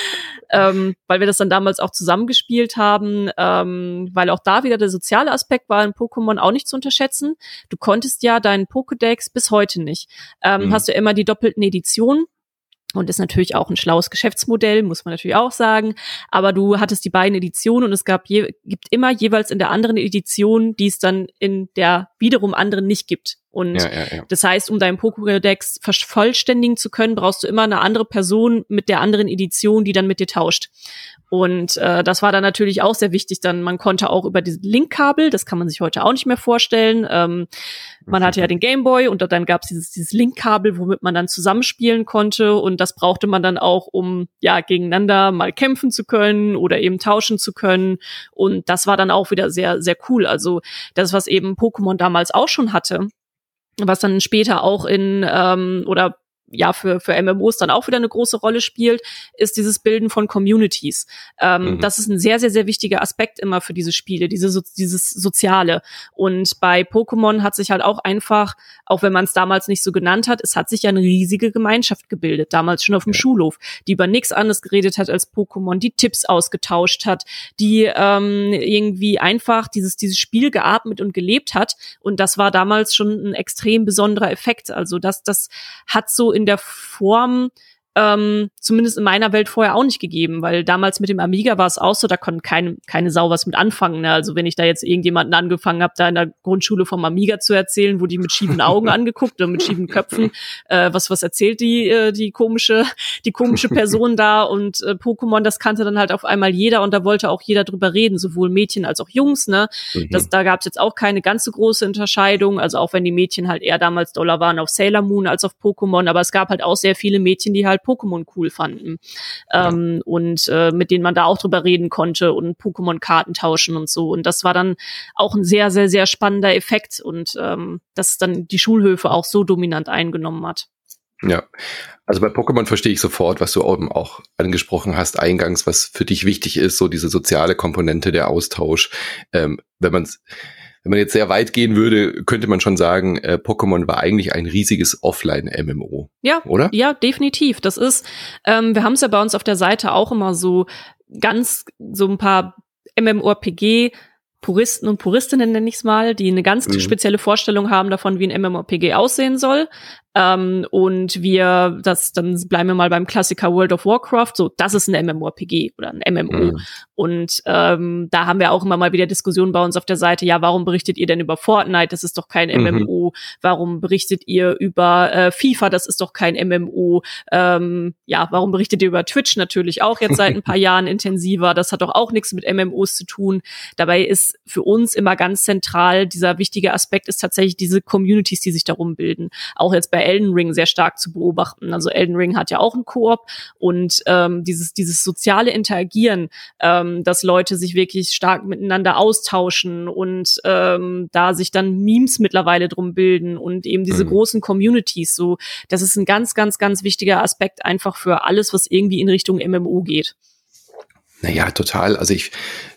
Weil wir das dann damals auch zusammengespielt haben, weil auch da wieder der soziale Aspekt war in Pokémon auch nicht zu unterschätzen. Du konntest ja deinen Pokédex bis heute nicht. Hast du immer die doppelten Editionen. Und ist natürlich auch ein schlaues Geschäftsmodell, muss man natürlich auch sagen. Aber du hattest die beiden Editionen und es gibt immer jeweils in der anderen Edition, die es dann in der wiederum anderen nicht gibt. Und das heißt, um deinen Pokédex vervollständigen zu können, brauchst du immer eine andere Person mit der anderen Edition, die dann mit dir tauscht. Und das war dann natürlich auch sehr wichtig. Dann man konnte auch über dieses Linkkabel, das kann man sich heute auch nicht mehr vorstellen. Man hatte ja den Gameboy und dann gab es dieses Linkkabel, womit man dann zusammenspielen konnte. Und das brauchte man dann auch, um ja gegeneinander mal kämpfen zu können oder eben tauschen zu können. Und das war dann auch wieder sehr, sehr cool. Also das, was eben Pokémon damals auch schon hatte, was dann später auch in oder ja für MMOs dann auch wieder eine große Rolle spielt, ist dieses Bilden von Communities. Das ist ein sehr, sehr, sehr wichtiger Aspekt immer für diese Spiele, dieses Soziale. Und bei Pokémon hat sich halt auch einfach, auch wenn man es damals nicht so genannt hat, es hat sich ja eine riesige Gemeinschaft gebildet, damals schon auf dem Schulhof, die über nichts anderes geredet hat als Pokémon, die Tipps ausgetauscht hat, die irgendwie einfach dieses Spiel geatmet und gelebt hat. Und das war damals schon ein extrem besonderer Effekt. Also das hat so in der Form zumindest in meiner Welt vorher auch nicht gegeben, weil damals mit dem Amiga war es auch so, da konnte keine Sau was mit anfangen. Ne? Also wenn ich da jetzt irgendjemanden angefangen habe, da in der Grundschule vom Amiga zu erzählen, wo die mit schiefen Augen angeguckt oder mit schiefen Köpfen, was erzählt die komische Person da und Pokémon, das kannte dann halt auf einmal jeder und da wollte auch jeder drüber reden, sowohl Mädchen als auch Jungs. Ne? Da gab es jetzt auch keine ganz so große Unterscheidung, also auch wenn die Mädchen halt eher damals doller waren auf Sailor Moon als auf Pokémon, aber es gab halt auch sehr viele Mädchen, die halt Pokémon cool fanden und mit denen man da auch drüber reden konnte und Pokémon-Karten tauschen und so. Und das war dann auch ein sehr, sehr, sehr spannender Effekt und dass dann die Schulhöfe auch so dominant eingenommen hat.
Ja, also bei Pokémon verstehe ich sofort, was du auch angesprochen hast eingangs, was für dich wichtig ist, so diese soziale Komponente, der Austausch. Wenn man jetzt sehr weit gehen würde, könnte man schon sagen, Pokémon war eigentlich ein riesiges Offline-MMO.
Ja, oder? Ja, definitiv. Das ist, wir haben es ja bei uns auf der Seite auch immer so ein paar MMORPG-Puristen und Puristinnen, nenne ich es mal, die eine ganz spezielle Vorstellung haben davon, wie ein MMORPG aussehen soll. Und dann bleiben wir mal beim Klassiker World of Warcraft, so, das ist ein MMORPG oder ein MMO. Und da haben wir auch immer mal wieder Diskussionen bei uns auf der Seite, ja, warum berichtet ihr denn über Fortnite, das ist doch kein MMO, warum berichtet ihr über FIFA, das ist doch kein MMO, warum berichtet ihr über Twitch natürlich auch jetzt seit ein paar Jahren intensiver, das hat doch auch nichts mit MMOs zu tun. Dabei ist für uns immer ganz zentral, dieser wichtige Aspekt ist tatsächlich diese Communities, die sich darum bilden. Auch jetzt bei Elden Ring sehr stark zu beobachten. Also Elden Ring hat ja auch einen Koop und dieses soziale Interagieren, dass Leute sich wirklich stark miteinander austauschen und da sich dann Memes mittlerweile drum bilden und eben diese großen Communities, so, das ist ein ganz, ganz, ganz wichtiger Aspekt einfach für alles, was irgendwie in Richtung MMO geht.
Naja, total. Also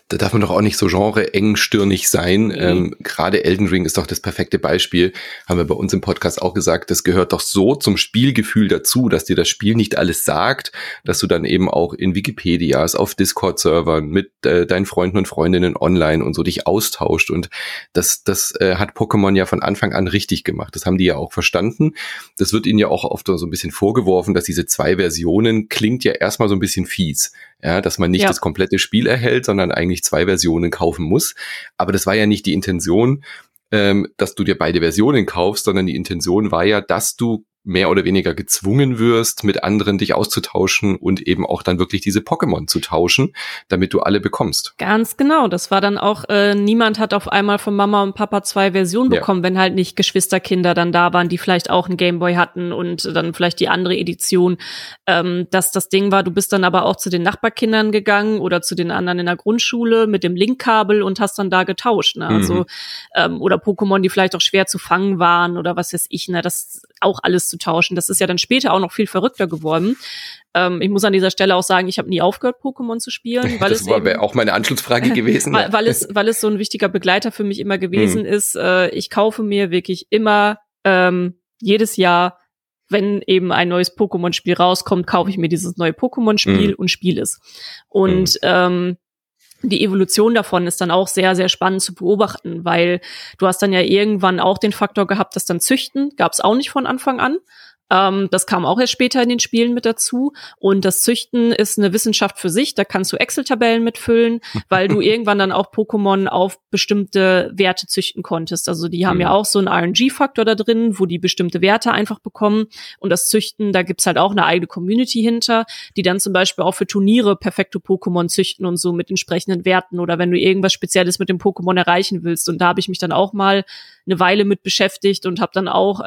Da darf man doch auch nicht so genre-engstirnig sein. Gerade Elden Ring ist doch das perfekte Beispiel. Haben wir bei uns im Podcast auch gesagt, das gehört doch so zum Spielgefühl dazu, dass dir das Spiel nicht alles sagt, dass du dann eben auch in Wikipedias, auf Discord-Servern mit deinen Freunden und Freundinnen online und so dich austauscht. Und das hat Pokémon ja von Anfang an richtig gemacht. Das haben die ja auch verstanden. Das wird ihnen ja auch oft so ein bisschen vorgeworfen, dass diese 2 Versionen klingt ja erstmal so ein bisschen fies. Ja, dass man nicht das komplette Spiel erhält, sondern eigentlich 2 Versionen kaufen muss. Aber das war ja nicht die Intention, dass du dir beide Versionen kaufst, sondern die Intention war ja, dass du mehr oder weniger gezwungen wirst, mit anderen dich auszutauschen und eben auch dann wirklich diese Pokémon zu tauschen, damit du alle bekommst.
Ganz genau. Das war dann auch, niemand hat auf einmal von Mama und Papa 2 Versionen bekommen, wenn halt nicht Geschwisterkinder dann da waren, die vielleicht auch einen Gameboy hatten und dann vielleicht die andere Edition. Das Ding war, du bist dann aber auch zu den Nachbarkindern gegangen oder zu den anderen in der Grundschule mit dem Linkkabel und hast dann da getauscht. Ne? Also, oder Pokémon, die vielleicht auch schwer zu fangen waren oder was weiß ich, ne? Das auch alles zu tauschen. Das ist ja dann später auch noch viel verrückter geworden. Ich muss an dieser Stelle auch sagen, ich habe nie aufgehört, Pokémon zu spielen. Weil das
wäre auch meine Anschlussfrage gewesen.
weil es so ein wichtiger Begleiter für mich immer gewesen ist. Ich kaufe mir wirklich immer jedes Jahr, wenn eben ein neues Pokémon-Spiel rauskommt, kaufe ich mir dieses neue Pokémon-Spiel und spiele es. Und die Evolution davon ist dann auch sehr, sehr spannend zu beobachten, weil du hast dann ja irgendwann auch den Faktor gehabt, dass dann Züchten gab es auch nicht von Anfang an. Das kam auch erst später in den Spielen mit dazu. Und das Züchten ist eine Wissenschaft für sich. Da kannst du Excel-Tabellen mitfüllen, weil du irgendwann dann auch Pokémon auf bestimmte Werte züchten konntest. Also die haben ja auch so einen RNG-Faktor da drin, wo die bestimmte Werte einfach bekommen. Und das Züchten, da gibt's halt auch eine eigene Community hinter, die dann zum Beispiel auch für Turniere perfekte Pokémon züchten und so mit entsprechenden Werten. Oder wenn du irgendwas Spezielles mit dem Pokémon erreichen willst. Und da habe ich mich dann auch mal eine Weile mit beschäftigt und habe dann auch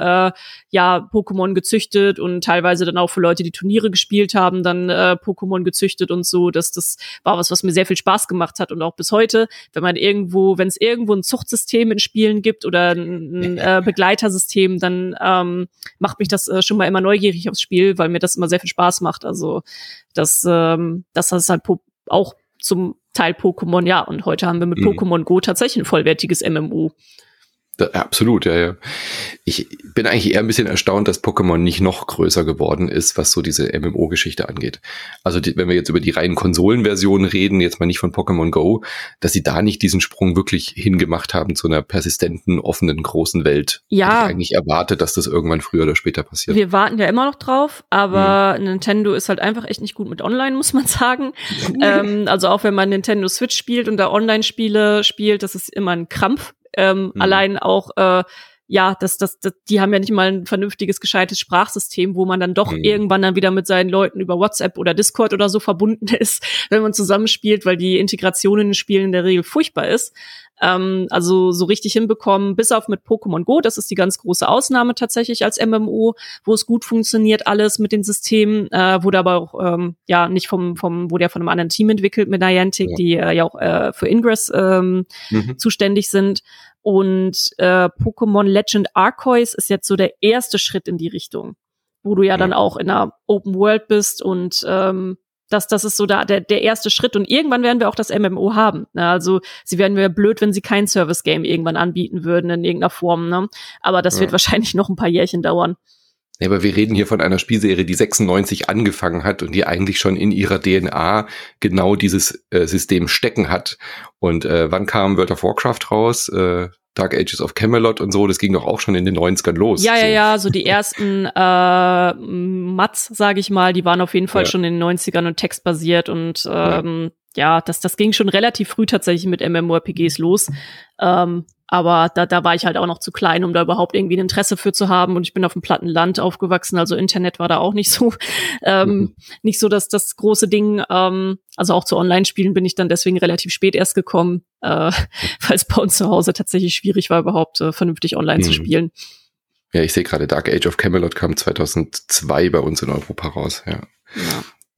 Pokémon gezüchtet und teilweise dann auch für Leute, die Turniere gespielt haben, dann Pokémon gezüchtet und so. Das war was mir sehr viel Spaß gemacht hat und auch bis heute, wenn es irgendwo ein Zuchtsystem in Spielen gibt oder ein Begleitersystem, dann macht mich das schon mal immer neugierig aufs Spiel, weil mir das immer sehr viel Spaß macht. Also das ist halt auch zum Teil Pokémon, ja. Und heute haben wir mit Pokémon Go tatsächlich ein vollwertiges MMO.
Absolut, ja. Ich bin eigentlich eher ein bisschen erstaunt, dass Pokémon nicht noch größer geworden ist, was so diese MMO-Geschichte angeht. Also wenn wir jetzt über die reinen Konsolenversionen reden, jetzt mal nicht von Pokémon Go, dass sie da nicht diesen Sprung wirklich hingemacht haben zu einer persistenten, offenen, großen Welt.
Ja.
Hätte ich eigentlich erwartet, dass das irgendwann früher oder später passiert.
Wir warten ja immer noch drauf, aber Nintendo ist halt einfach echt nicht gut mit Online, muss man sagen. Also auch wenn man Nintendo Switch spielt und da Online-Spiele spielt, das ist immer ein Krampf. Allein auch, die haben ja nicht mal ein vernünftiges, gescheites Sprachsystem, wo man dann doch irgendwann dann wieder mit seinen Leuten über WhatsApp oder Discord oder so verbunden ist, wenn man zusammenspielt, weil die Integration in den Spielen in der Regel furchtbar ist. Also so richtig hinbekommen, bis auf mit Pokémon Go, das ist die ganz große Ausnahme tatsächlich als MMO, wo es gut funktioniert alles mit den Systemen, wurde aber auch nicht wurde ja von einem anderen Team entwickelt mit Niantic, die ja auch für Ingress zuständig sind. Und Pokémon Legend Arceus ist jetzt so der erste Schritt in die Richtung, wo du ja dann auch in einer Open World bist und das ist so der erste Schritt. Und irgendwann werden wir auch das MMO haben. Also sie wären mir blöd, wenn sie kein Service-Game irgendwann anbieten würden in irgendeiner Form. Ne? Aber das wird wahrscheinlich noch ein paar Jährchen dauern.
Ja, aber wir reden hier von einer Spielserie, die 96 angefangen hat und die eigentlich schon in ihrer DNA genau dieses System stecken hat. Und wann kam World of Warcraft raus? Dark Ages of Camelot und so, das ging doch auch schon in den 90ern los.
So die ersten Mats, sage ich mal, die waren auf jeden Fall schon in den 90ern und textbasiert und das ging schon relativ früh tatsächlich mit MMORPGs los. Aber da war ich halt auch noch zu klein, um da überhaupt irgendwie ein Interesse für zu haben. Und ich bin auf dem platten Land aufgewachsen, also Internet war da auch nicht so nicht so das große Ding. Also auch zu Online-Spielen bin ich dann deswegen relativ spät erst gekommen, weil es bei uns zu Hause tatsächlich schwierig war, überhaupt vernünftig online zu spielen.
Ja, ich sehe gerade, Dark Age of Camelot kam 2002 bei uns in Europa raus. Ja.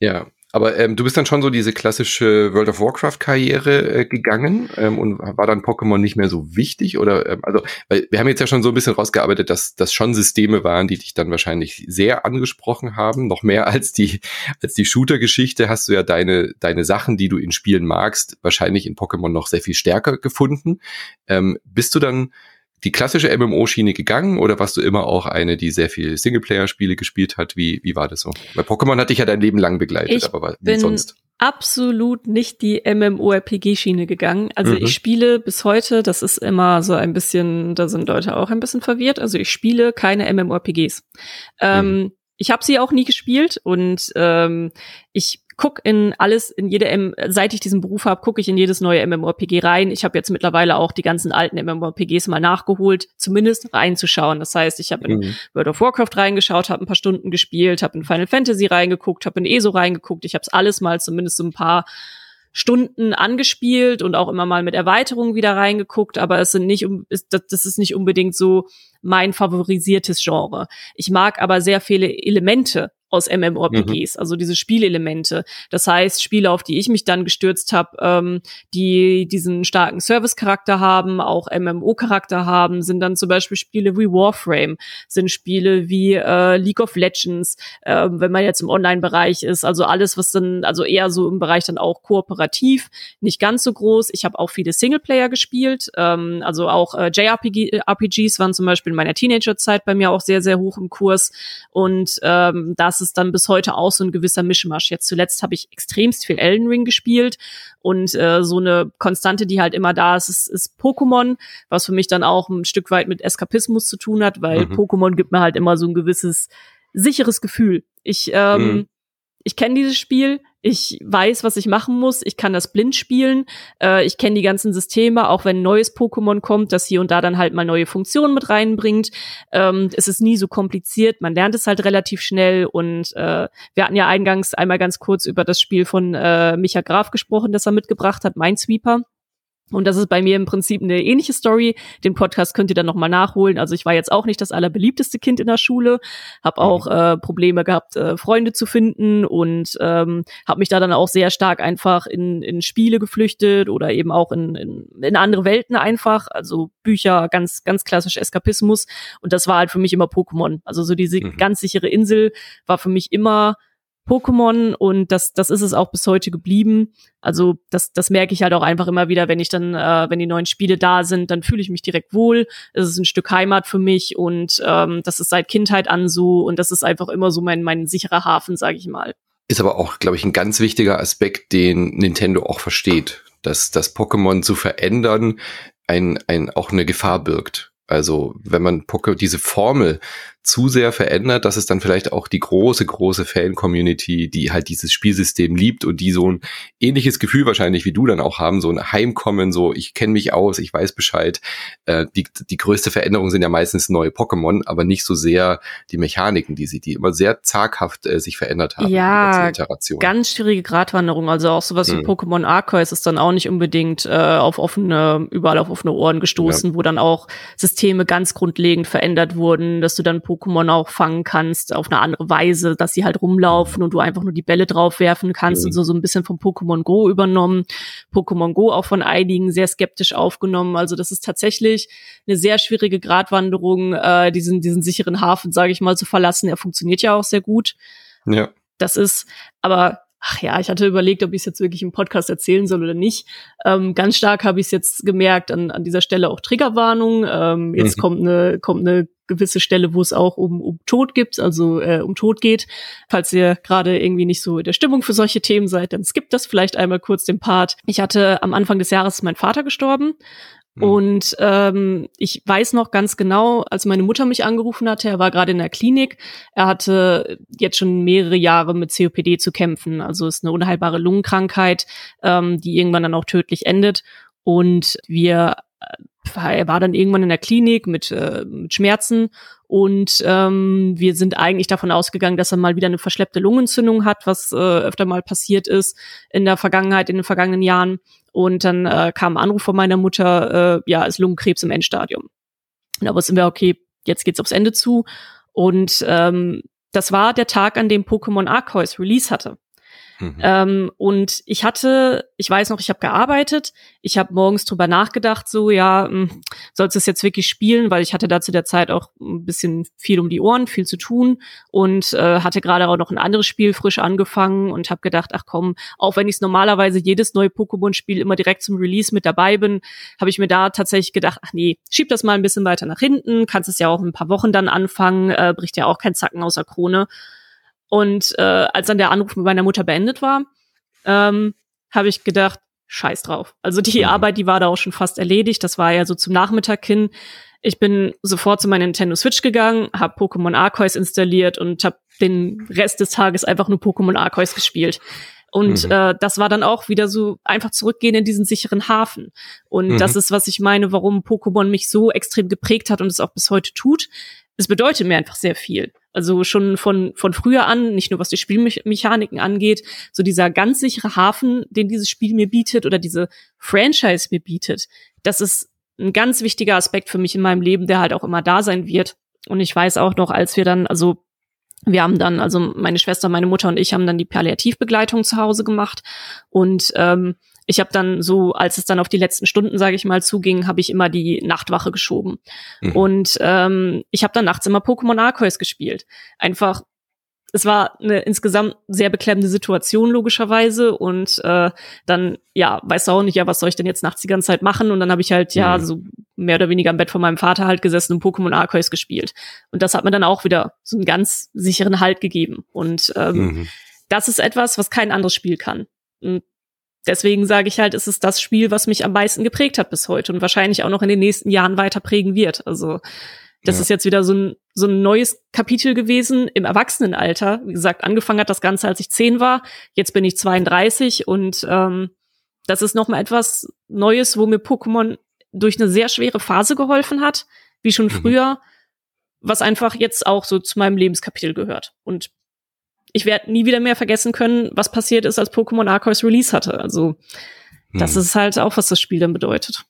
Aber du bist dann schon so diese klassische World of Warcraft-Karriere gegangen und war dann Pokémon nicht mehr so wichtig? Oder also, weil wir haben jetzt ja schon so ein bisschen rausgearbeitet, dass das schon Systeme waren, die dich dann wahrscheinlich sehr angesprochen haben. Noch mehr als die Shooter-Geschichte hast du ja deine Sachen, die du in Spielen magst, wahrscheinlich in Pokémon noch sehr viel stärker gefunden. Bist du dann die klassische MMO-Schiene gegangen oder warst du immer auch eine, die sehr viel Singleplayer-Spiele gespielt hat? Wie war das so? Weil Pokémon hat dich ja dein Leben lang begleitet, aber wie sonst?
Absolut nicht die MMORPG-Schiene gegangen. Also ich spiele bis heute, das ist immer so ein bisschen, da sind Leute auch ein bisschen verwirrt, also ich spiele keine MMORPGs. Ich habe sie auch nie gespielt und ich guck seit ich diesen Beruf habe, gucke ich in jedes neue MMORPG rein. Ich habe jetzt mittlerweile auch die ganzen alten MMORPGs mal nachgeholt, zumindest reinzuschauen. Das heißt, ich habe in World of Warcraft reingeschaut, habe ein paar Stunden gespielt, habe in Final Fantasy reingeguckt, habe in ESO reingeguckt. Ich habe es alles mal zumindest so ein paar Stunden angespielt und auch immer mal mit Erweiterungen wieder reingeguckt, aber das ist nicht unbedingt so mein favorisiertes Genre. Ich mag aber sehr viele Elemente aus MMORPGs, also diese Spielelemente. Das heißt, Spiele, auf die ich mich dann gestürzt habe, die diesen starken Service-Charakter haben, auch MMO-Charakter haben, sind dann zum Beispiel Spiele wie Warframe, sind Spiele wie League of Legends, wenn man jetzt im Online-Bereich ist, also alles, was dann, also eher so im Bereich dann auch kooperativ, nicht ganz so groß. Ich habe auch viele Singleplayer gespielt, also auch JRPGs waren zum Beispiel in meiner Teenagerzeit bei mir auch sehr, sehr hoch im Kurs und das ist dann bis heute auch so ein gewisser Mischmasch. Jetzt zuletzt habe ich extremst viel Elden Ring gespielt und so eine Konstante, die halt immer da ist, ist Pokémon, was für mich dann auch ein Stück weit mit Eskapismus zu tun hat, weil Pokémon gibt mir halt immer so ein gewisses sicheres Gefühl. Ich kenne dieses Spiel, ich weiß, was ich machen muss, ich kann das blind spielen, ich kenne die ganzen Systeme, auch wenn ein neues Pokémon kommt, das hier und da dann halt mal neue Funktionen mit reinbringt. Es ist nie so kompliziert, man lernt es halt relativ schnell und wir hatten ja eingangs einmal ganz kurz über das Spiel von Micha Graf gesprochen, das er mitgebracht hat, Minesweeper. Und das ist bei mir im Prinzip eine ähnliche Story. Den Podcast könnt ihr dann nochmal nachholen. Also ich war jetzt auch nicht das allerbeliebteste Kind in der Schule, habe auch Probleme gehabt, Freunde zu finden und habe mich da dann auch sehr stark einfach in Spiele geflüchtet oder eben auch in andere Welten einfach. Also Bücher, ganz, ganz klassisch Eskapismus. Und das war halt für mich immer Pokémon. Also so diese ganz sichere Insel war für mich immer Pokémon und das ist es auch bis heute geblieben. Also das merke ich halt auch einfach immer wieder, wenn die neuen Spiele da sind, dann fühle ich mich direkt wohl. Es ist ein Stück Heimat für mich und das ist seit Kindheit an so und das ist einfach immer so mein sicherer Hafen, sage ich mal.
Ist aber auch, glaube ich, ein ganz wichtiger Aspekt, den Nintendo auch versteht, dass das Pokémon zu verändern auch eine Gefahr birgt. Also wenn man diese Formel zu sehr verändert, dass es dann vielleicht auch die große Fan-Community, die halt dieses Spielsystem liebt und die so ein ähnliches Gefühl wahrscheinlich wie du dann auch haben, so ein Heimkommen, so ich kenne mich aus, ich weiß Bescheid. Die größte Veränderung sind ja meistens neue Pokémon, aber nicht so sehr die Mechaniken, die immer sehr zaghaft sich verändert haben.
Ja, ganz schwierige Gratwanderung. Also auch sowas wie Pokémon Arceus ist dann auch nicht unbedingt überall auf offene Ohren gestoßen, wo dann auch Systeme ganz grundlegend verändert wurden, dass du dann Pokémon auch fangen kannst auf eine andere Weise, dass sie halt rumlaufen und du einfach nur die Bälle drauf werfen kannst und so ein bisschen vom Pokémon Go übernommen. Pokémon Go auch von einigen sehr skeptisch aufgenommen. Also das ist tatsächlich eine sehr schwierige Gratwanderung, diesen sicheren Hafen, sage ich mal, zu verlassen. Er funktioniert ja auch sehr gut. Ja. Das ist, aber ich hatte überlegt, ob ich es jetzt wirklich im Podcast erzählen soll oder nicht. Ganz stark habe ich es jetzt gemerkt, an dieser Stelle auch Triggerwarnung. Jetzt kommt eine gewisse Stelle, wo es auch um Tod gibt, also um Tod geht. Falls ihr gerade irgendwie nicht so in der Stimmung für solche Themen seid, dann skippt das vielleicht einmal kurz den Part. Ich hatte am Anfang des Jahres mein Vater gestorben. Und ich weiß noch ganz genau, als meine Mutter mich angerufen hatte, er war gerade in der Klinik, er hatte jetzt schon mehrere Jahre mit COPD zu kämpfen, also ist eine unheilbare Lungenkrankheit, die irgendwann dann auch tödlich endet und er war dann irgendwann in der Klinik mit Schmerzen und wir sind eigentlich davon ausgegangen, dass er mal wieder eine verschleppte Lungenentzündung hat, was öfter mal passiert ist in der Vergangenheit, in den vergangenen Jahren. Und dann kam ein Anruf von meiner Mutter, ist Lungenkrebs im Endstadium. Und da wussten wir, okay, jetzt geht's aufs Ende zu. Und das war der Tag, an dem Pokémon Arceus Release hatte. Und ich weiß noch, ich habe gearbeitet, ich habe morgens drüber nachgedacht, so, ja, sollst du es jetzt wirklich spielen, weil ich hatte da zu der Zeit auch ein bisschen viel um die Ohren, viel zu tun und hatte gerade auch noch ein anderes Spiel frisch angefangen und habe gedacht, ach komm, auch wenn ich normalerweise jedes neue Pokémon-Spiel immer direkt zum Release mit dabei bin, habe ich mir da tatsächlich gedacht, ach nee, schieb das mal ein bisschen weiter nach hinten, kannst es ja auch in ein paar Wochen dann anfangen, bricht ja auch kein Zacken aus der Krone. Und als dann der Anruf mit meiner Mutter beendet war, habe ich gedacht, scheiß drauf. Also die Arbeit, die war da auch schon fast erledigt. Das war ja so zum Nachmittag hin. Ich bin sofort zu meiner Nintendo Switch gegangen, habe Pokémon Arceus installiert und habe den Rest des Tages einfach nur Pokémon Arceus gespielt. Und das war dann auch wieder so einfach zurückgehen in diesen sicheren Hafen. Und das ist, was ich meine, warum Pokémon mich so extrem geprägt hat und es auch bis heute tut. Es bedeutet mir einfach sehr viel. Also schon von früher an, nicht nur was die Spielmechaniken angeht, so dieser ganz sichere Hafen, den dieses Spiel mir bietet oder diese Franchise mir bietet, das ist ein ganz wichtiger Aspekt für mich in meinem Leben, der halt auch immer da sein wird. Und ich weiß auch noch, als wir dann, wir haben dann, also meine Schwester, meine Mutter und ich haben dann die Palliativbegleitung zu Hause gemacht und ich habe dann so, als es dann auf die letzten Stunden, sage ich mal, zuging, habe ich immer die Nachtwache geschoben. Und ich habe dann nachts immer Pokémon Arceus gespielt. Einfach, es war eine insgesamt sehr beklemmende Situation, logischerweise. Und dann, ja, weißt du auch nicht, ja, was soll ich denn jetzt nachts die ganze Zeit machen? Und dann habe ich halt, ja, so mehr oder weniger im Bett von meinem Vater halt gesessen und Pokémon Arceus gespielt. Und das hat mir dann auch wieder so einen ganz sicheren Halt gegeben. Und das ist etwas, was kein anderes Spiel kann. Und deswegen sage ich halt, es ist das Spiel, was mich am meisten geprägt hat bis heute und wahrscheinlich auch noch in den nächsten Jahren weiter prägen wird. Also das ist jetzt wieder so ein neues Kapitel gewesen im Erwachsenenalter. Wie gesagt, angefangen hat das Ganze, als ich 10 war. Jetzt bin ich 32 und das ist noch mal etwas Neues, wo mir Pokémon durch eine sehr schwere Phase geholfen hat, wie schon früher, was einfach jetzt auch so zu meinem Lebenskapitel gehört. Und ich werde nie wieder mehr vergessen können, was passiert ist, als Pokémon Arceus Release hatte. Also das ist halt auch, was das Spiel dann bedeutet.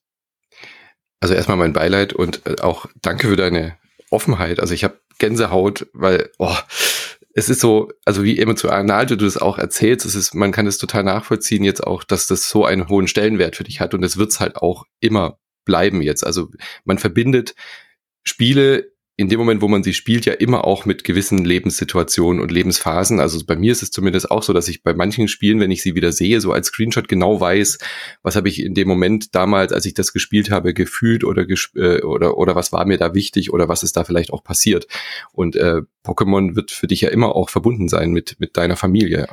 Also erstmal mein Beileid und auch danke für deine Offenheit. Also ich habe Gänsehaut, weil es ist so, also wie emotional du das auch erzählst, man kann es total nachvollziehen jetzt auch, dass das so einen hohen Stellenwert für dich hat und es wird es halt auch immer bleiben jetzt. Also man verbindet Spiele in dem Moment, wo man sie spielt, ja immer auch mit gewissen Lebenssituationen und Lebensphasen. Also bei mir ist es zumindest auch so, dass ich bei manchen Spielen, wenn ich sie wieder sehe, so als Screenshot genau weiß, was habe ich in dem Moment damals, als ich das gespielt habe, gefühlt oder was war mir da wichtig oder was ist da vielleicht auch passiert. Und Pokémon wird für dich ja immer auch verbunden sein mit deiner Familie,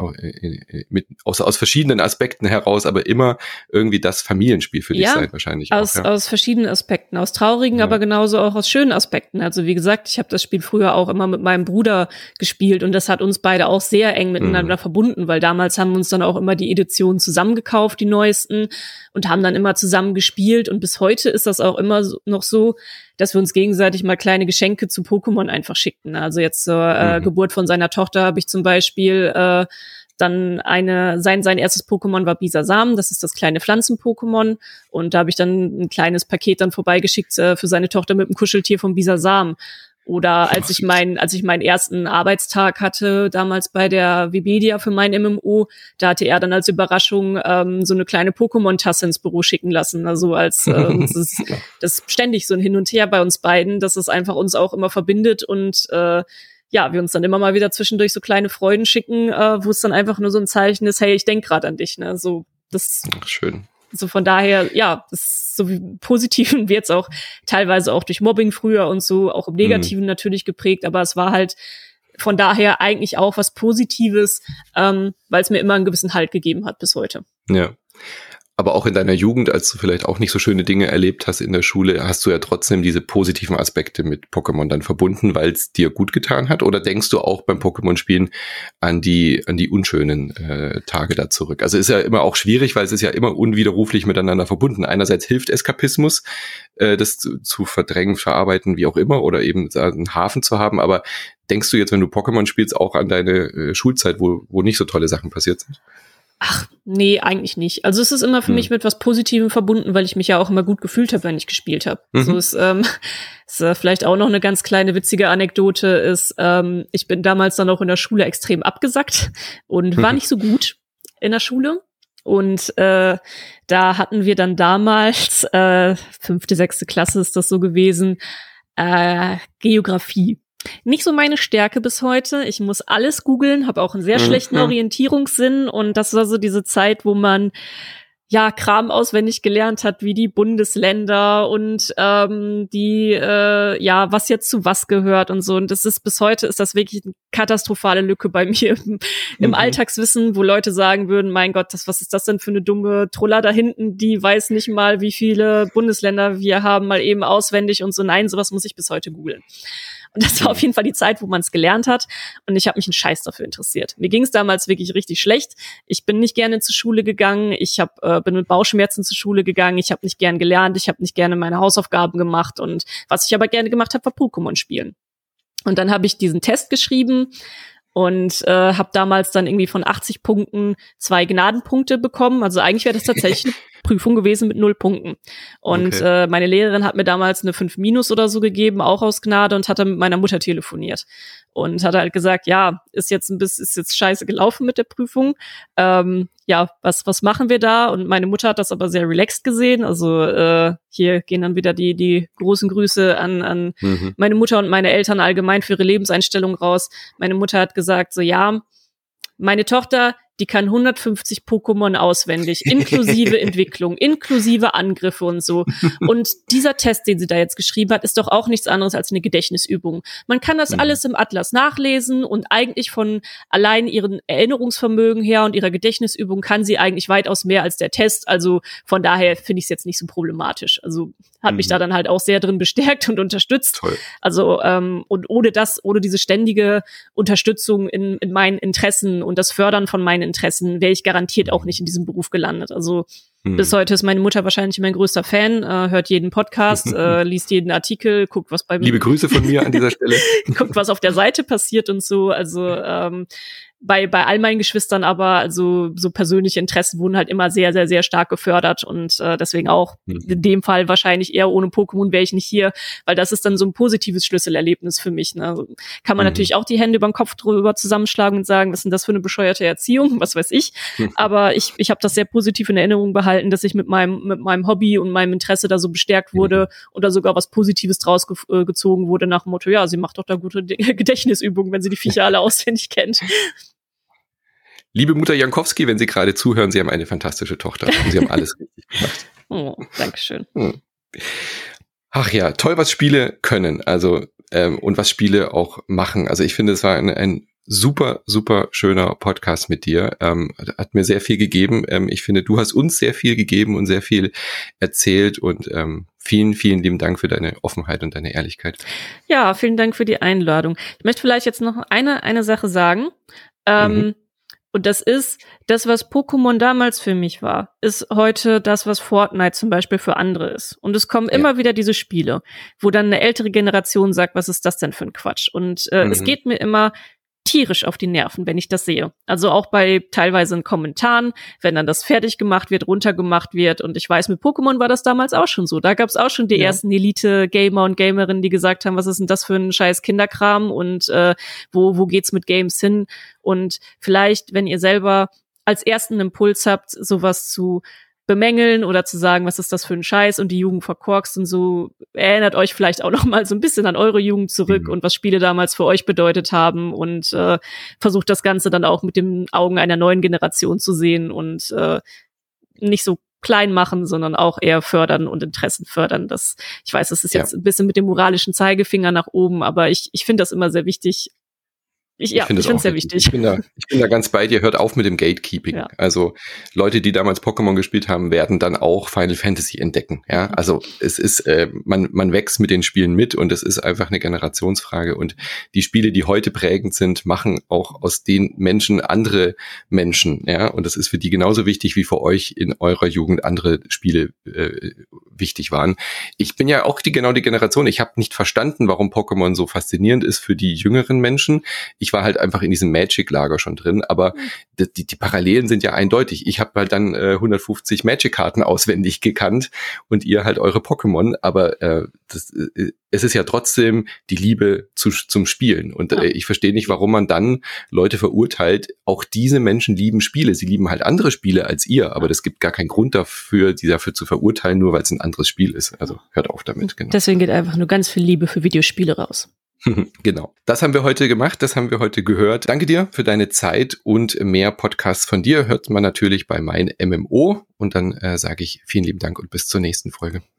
aus verschiedenen Aspekten heraus, aber immer irgendwie das Familienspiel für dich sein wahrscheinlich.
Aus verschiedenen Aspekten, aus traurigen, aber genauso auch aus schönen Aspekten. Also wie gesagt, ich habe das Spiel früher auch immer mit meinem Bruder gespielt und das hat uns beide auch sehr eng miteinander verbunden, weil damals haben wir uns dann auch immer die Editionen zusammengekauft, die neuesten, und haben dann immer zusammen gespielt und bis heute ist das auch immer noch so, dass wir uns gegenseitig mal kleine Geschenke zu Pokémon einfach schickten. Also jetzt zur Geburt von seiner Tochter habe ich zum Beispiel dann sein erstes Pokémon war Bisasam, das ist das kleine Pflanzen-Pokémon und da habe ich dann ein kleines Paket dann vorbeigeschickt für seine Tochter mit dem Kuscheltier von Bisasam. Oder als ich meinen ersten Arbeitstag hatte, damals bei der Webedia für mein MMO, da hatte er dann als Überraschung so eine kleine Pokémon-Tasse ins Büro schicken lassen. Also als das ist ständig so ein Hin und Her bei uns beiden, dass es einfach uns auch immer verbindet und wir uns dann immer mal wieder zwischendurch so kleine Freuden schicken, wo es dann einfach nur so ein Zeichen ist, hey, ich denk gerade an dich. Ne? So das.
Ach, schön.
So von daher, das ist so wie Positiven wird's auch teilweise auch durch Mobbing früher und so, auch im Negativen natürlich geprägt, aber es war halt von daher eigentlich auch was Positives, weil es mir immer einen gewissen Halt gegeben hat bis heute.
Ja. Aber auch in deiner Jugend, als du vielleicht auch nicht so schöne Dinge erlebt hast in der Schule, hast du ja trotzdem diese positiven Aspekte mit Pokémon dann verbunden, weil es dir gut getan hat? Oder denkst du auch beim Pokémon-Spielen an die unschönen Tage da zurück? Also ist ja immer auch schwierig, weil es ist ja immer unwiderruflich miteinander verbunden. Einerseits hilft Eskapismus, das zu verdrängen, verarbeiten, wie auch immer, oder eben einen Hafen zu haben. Aber denkst du jetzt, wenn du Pokémon spielst, auch an deine Schulzeit, wo nicht so tolle Sachen passiert sind?
Ach, nee, eigentlich nicht. Also es ist immer für mich mit was Positivem verbunden, weil ich mich ja auch immer gut gefühlt habe, wenn ich gespielt habe. So ist vielleicht auch noch eine ganz kleine witzige Anekdote ist, ich bin damals dann auch in der Schule extrem abgesackt und war nicht so gut. in der Schule. Und da hatten wir dann damals, 5., 6. Klasse ist das so gewesen, Geografie. Nicht so meine Stärke bis heute. Ich muss alles googeln, habe auch einen sehr schlechten Orientierungssinn. Und das war so diese Zeit, wo man Kram auswendig gelernt hat, wie die Bundesländer und was jetzt zu was gehört und so. Und das ist bis heute ist das wirklich eine katastrophale Lücke bei mir im Alltagswissen, wo Leute sagen würden, mein Gott, was ist das denn für eine dumme Trulla da hinten, die weiß nicht mal, wie viele Bundesländer wir haben, mal eben auswendig und so. Nein, sowas muss ich bis heute googeln. Und das war auf jeden Fall die Zeit, wo man es gelernt hat. Und ich habe mich einen Scheiß dafür interessiert. Mir ging es damals wirklich richtig schlecht. Ich bin nicht gerne zur Schule gegangen. Ich bin mit Bauchschmerzen zur Schule gegangen. Ich habe nicht gern gelernt. Ich habe nicht gerne meine Hausaufgaben gemacht. Und was ich aber gerne gemacht habe, war Pokémon spielen. Und dann habe ich diesen Test geschrieben und habe damals dann irgendwie von 80 Punkten 2 Gnadenpunkte bekommen. Also eigentlich wäre das tatsächlich eine Prüfung gewesen mit 0 Punkten. Und meine Lehrerin hat mir damals eine 5- oder so gegeben, auch aus Gnade, und hat dann mit meiner Mutter telefoniert. Und hat halt gesagt, ist jetzt scheiße gelaufen mit der Prüfung. Was machen wir da? Und meine Mutter hat das aber sehr relaxed gesehen. Also hier gehen dann wieder die großen Grüße an meine Mutter und meine Eltern allgemein für ihre Lebenseinstellung raus. Meine Mutter hat gesagt, meine Tochter, die kann 150 Pokémon auswendig, inklusive Entwicklung, inklusive Angriffe und so. Und dieser Test, den sie da jetzt geschrieben hat, ist doch auch nichts anderes als eine Gedächtnisübung. Man kann das alles im Atlas nachlesen und eigentlich von allein ihren Erinnerungsvermögen her und ihrer Gedächtnisübung kann sie eigentlich weitaus mehr als der Test. Also von daher finde ich es jetzt nicht so problematisch. Also hat mich da dann halt auch sehr drin bestärkt und unterstützt.
Toll.
Also und ohne diese ständige Unterstützung in meinen Interessen und das Fördern von meinen Interessen wäre ich garantiert auch nicht in diesem Beruf gelandet. Also bis heute ist meine Mutter wahrscheinlich mein größter Fan, hört jeden Podcast, liest jeden Artikel, guckt, was bei mir...
Liebe Grüße von mir an dieser Stelle.
Guckt, was auf der Seite passiert und so. Also bei all meinen Geschwistern aber, also so persönliche Interessen wurden halt immer sehr, sehr, sehr stark gefördert und deswegen auch in dem Fall wahrscheinlich eher ohne Pokémon wäre ich nicht hier, weil das ist dann so ein positives Schlüsselerlebnis für mich. Ne? Also kann man natürlich auch die Hände über den Kopf drüber zusammenschlagen und sagen, was ist denn das für eine bescheuerte Erziehung, was weiß ich. Aber ich habe das sehr positiv in Erinnerung behalten, dass ich mit meinem Hobby und meinem Interesse da so bestärkt wurde und da sogar was Positives draus gezogen wurde nach dem Motto, sie macht doch da gute Gedächtnisübungen, wenn sie die Viecher alle auswendig kennt.
Liebe Mutter Jankowski, wenn Sie gerade zuhören, Sie haben eine fantastische Tochter und Sie haben alles richtig gemacht.
Oh, Dankeschön.
Ach ja, toll, was Spiele können, also und was Spiele auch machen. Also ich finde, es war ein super, super schöner Podcast mit dir. Hat mir sehr viel gegeben. Ich finde, du hast uns sehr viel gegeben und sehr viel erzählt und vielen, vielen lieben Dank für deine Offenheit und deine Ehrlichkeit.
Ja, vielen Dank für die Einladung. Ich möchte vielleicht jetzt noch eine Sache sagen. Und das ist, das, was Pokémon damals für mich war, ist heute das, was Fortnite zum Beispiel für andere ist. Und es kommen immer wieder diese Spiele, wo dann eine ältere Generation sagt, was ist das denn für ein Quatsch? Und es geht mir immer tierisch auf die Nerven, wenn ich das sehe. Also auch bei teilweise in Kommentaren, wenn dann das fertig gemacht wird, runtergemacht wird. Und ich weiß, mit Pokémon war das damals auch schon so. Da gab es auch schon die ersten Elite-Gamer und Gamerinnen, die gesagt haben, was ist denn das für ein scheiß Kinderkram und wo geht's mit Games hin? Und vielleicht, wenn ihr selber als ersten Impuls habt, sowas zu bemängeln oder zu sagen, was ist das für ein Scheiß und die Jugend verkorkst und so, erinnert euch vielleicht auch noch mal so ein bisschen an eure Jugend zurück und was Spiele damals für euch bedeutet haben und versucht das Ganze dann auch mit den Augen einer neuen Generation zu sehen und nicht so klein machen, sondern auch eher fördern und Interessen fördern. Ich weiß, das ist jetzt ein bisschen mit dem moralischen Zeigefinger nach oben, aber ich finde das immer sehr wichtig. Ich finde es sehr wichtig.
Ich bin da ganz bei dir. Hört auf mit dem Gatekeeping. Ja. Also Leute, die damals Pokémon gespielt haben, werden dann auch Final Fantasy entdecken. Ja, also es ist, man wächst mit den Spielen mit und es ist einfach eine Generationsfrage. Und die Spiele, die heute prägend sind, machen auch aus den Menschen andere Menschen. Ja, und das ist für die genauso wichtig wie für euch in eurer Jugend andere Spiele wichtig waren. Ich bin ja auch genau die Generation. Ich habe nicht verstanden, warum Pokémon so faszinierend ist für die jüngeren Menschen. Ich ich war halt einfach in diesem Magic-Lager schon drin, aber die Parallelen sind ja eindeutig. Ich habe halt dann 150 Magic-Karten auswendig gekannt und ihr halt eure Pokémon, aber es ist ja trotzdem die Liebe zum Spielen und ich verstehe nicht, warum man dann Leute verurteilt. Auch diese Menschen lieben Spiele, sie lieben halt andere Spiele als ihr, aber das gibt gar keinen Grund dafür, die dafür zu verurteilen, nur weil es ein anderes Spiel ist. Also hört auf damit. Genau.
Deswegen geht einfach nur ganz viel Liebe für Videospiele raus.
Genau. Das haben wir heute gemacht, das haben wir heute gehört. Danke dir für deine Zeit und mehr Podcasts von dir hört man natürlich bei mein MMO und dann sage ich vielen lieben Dank und bis zur nächsten Folge.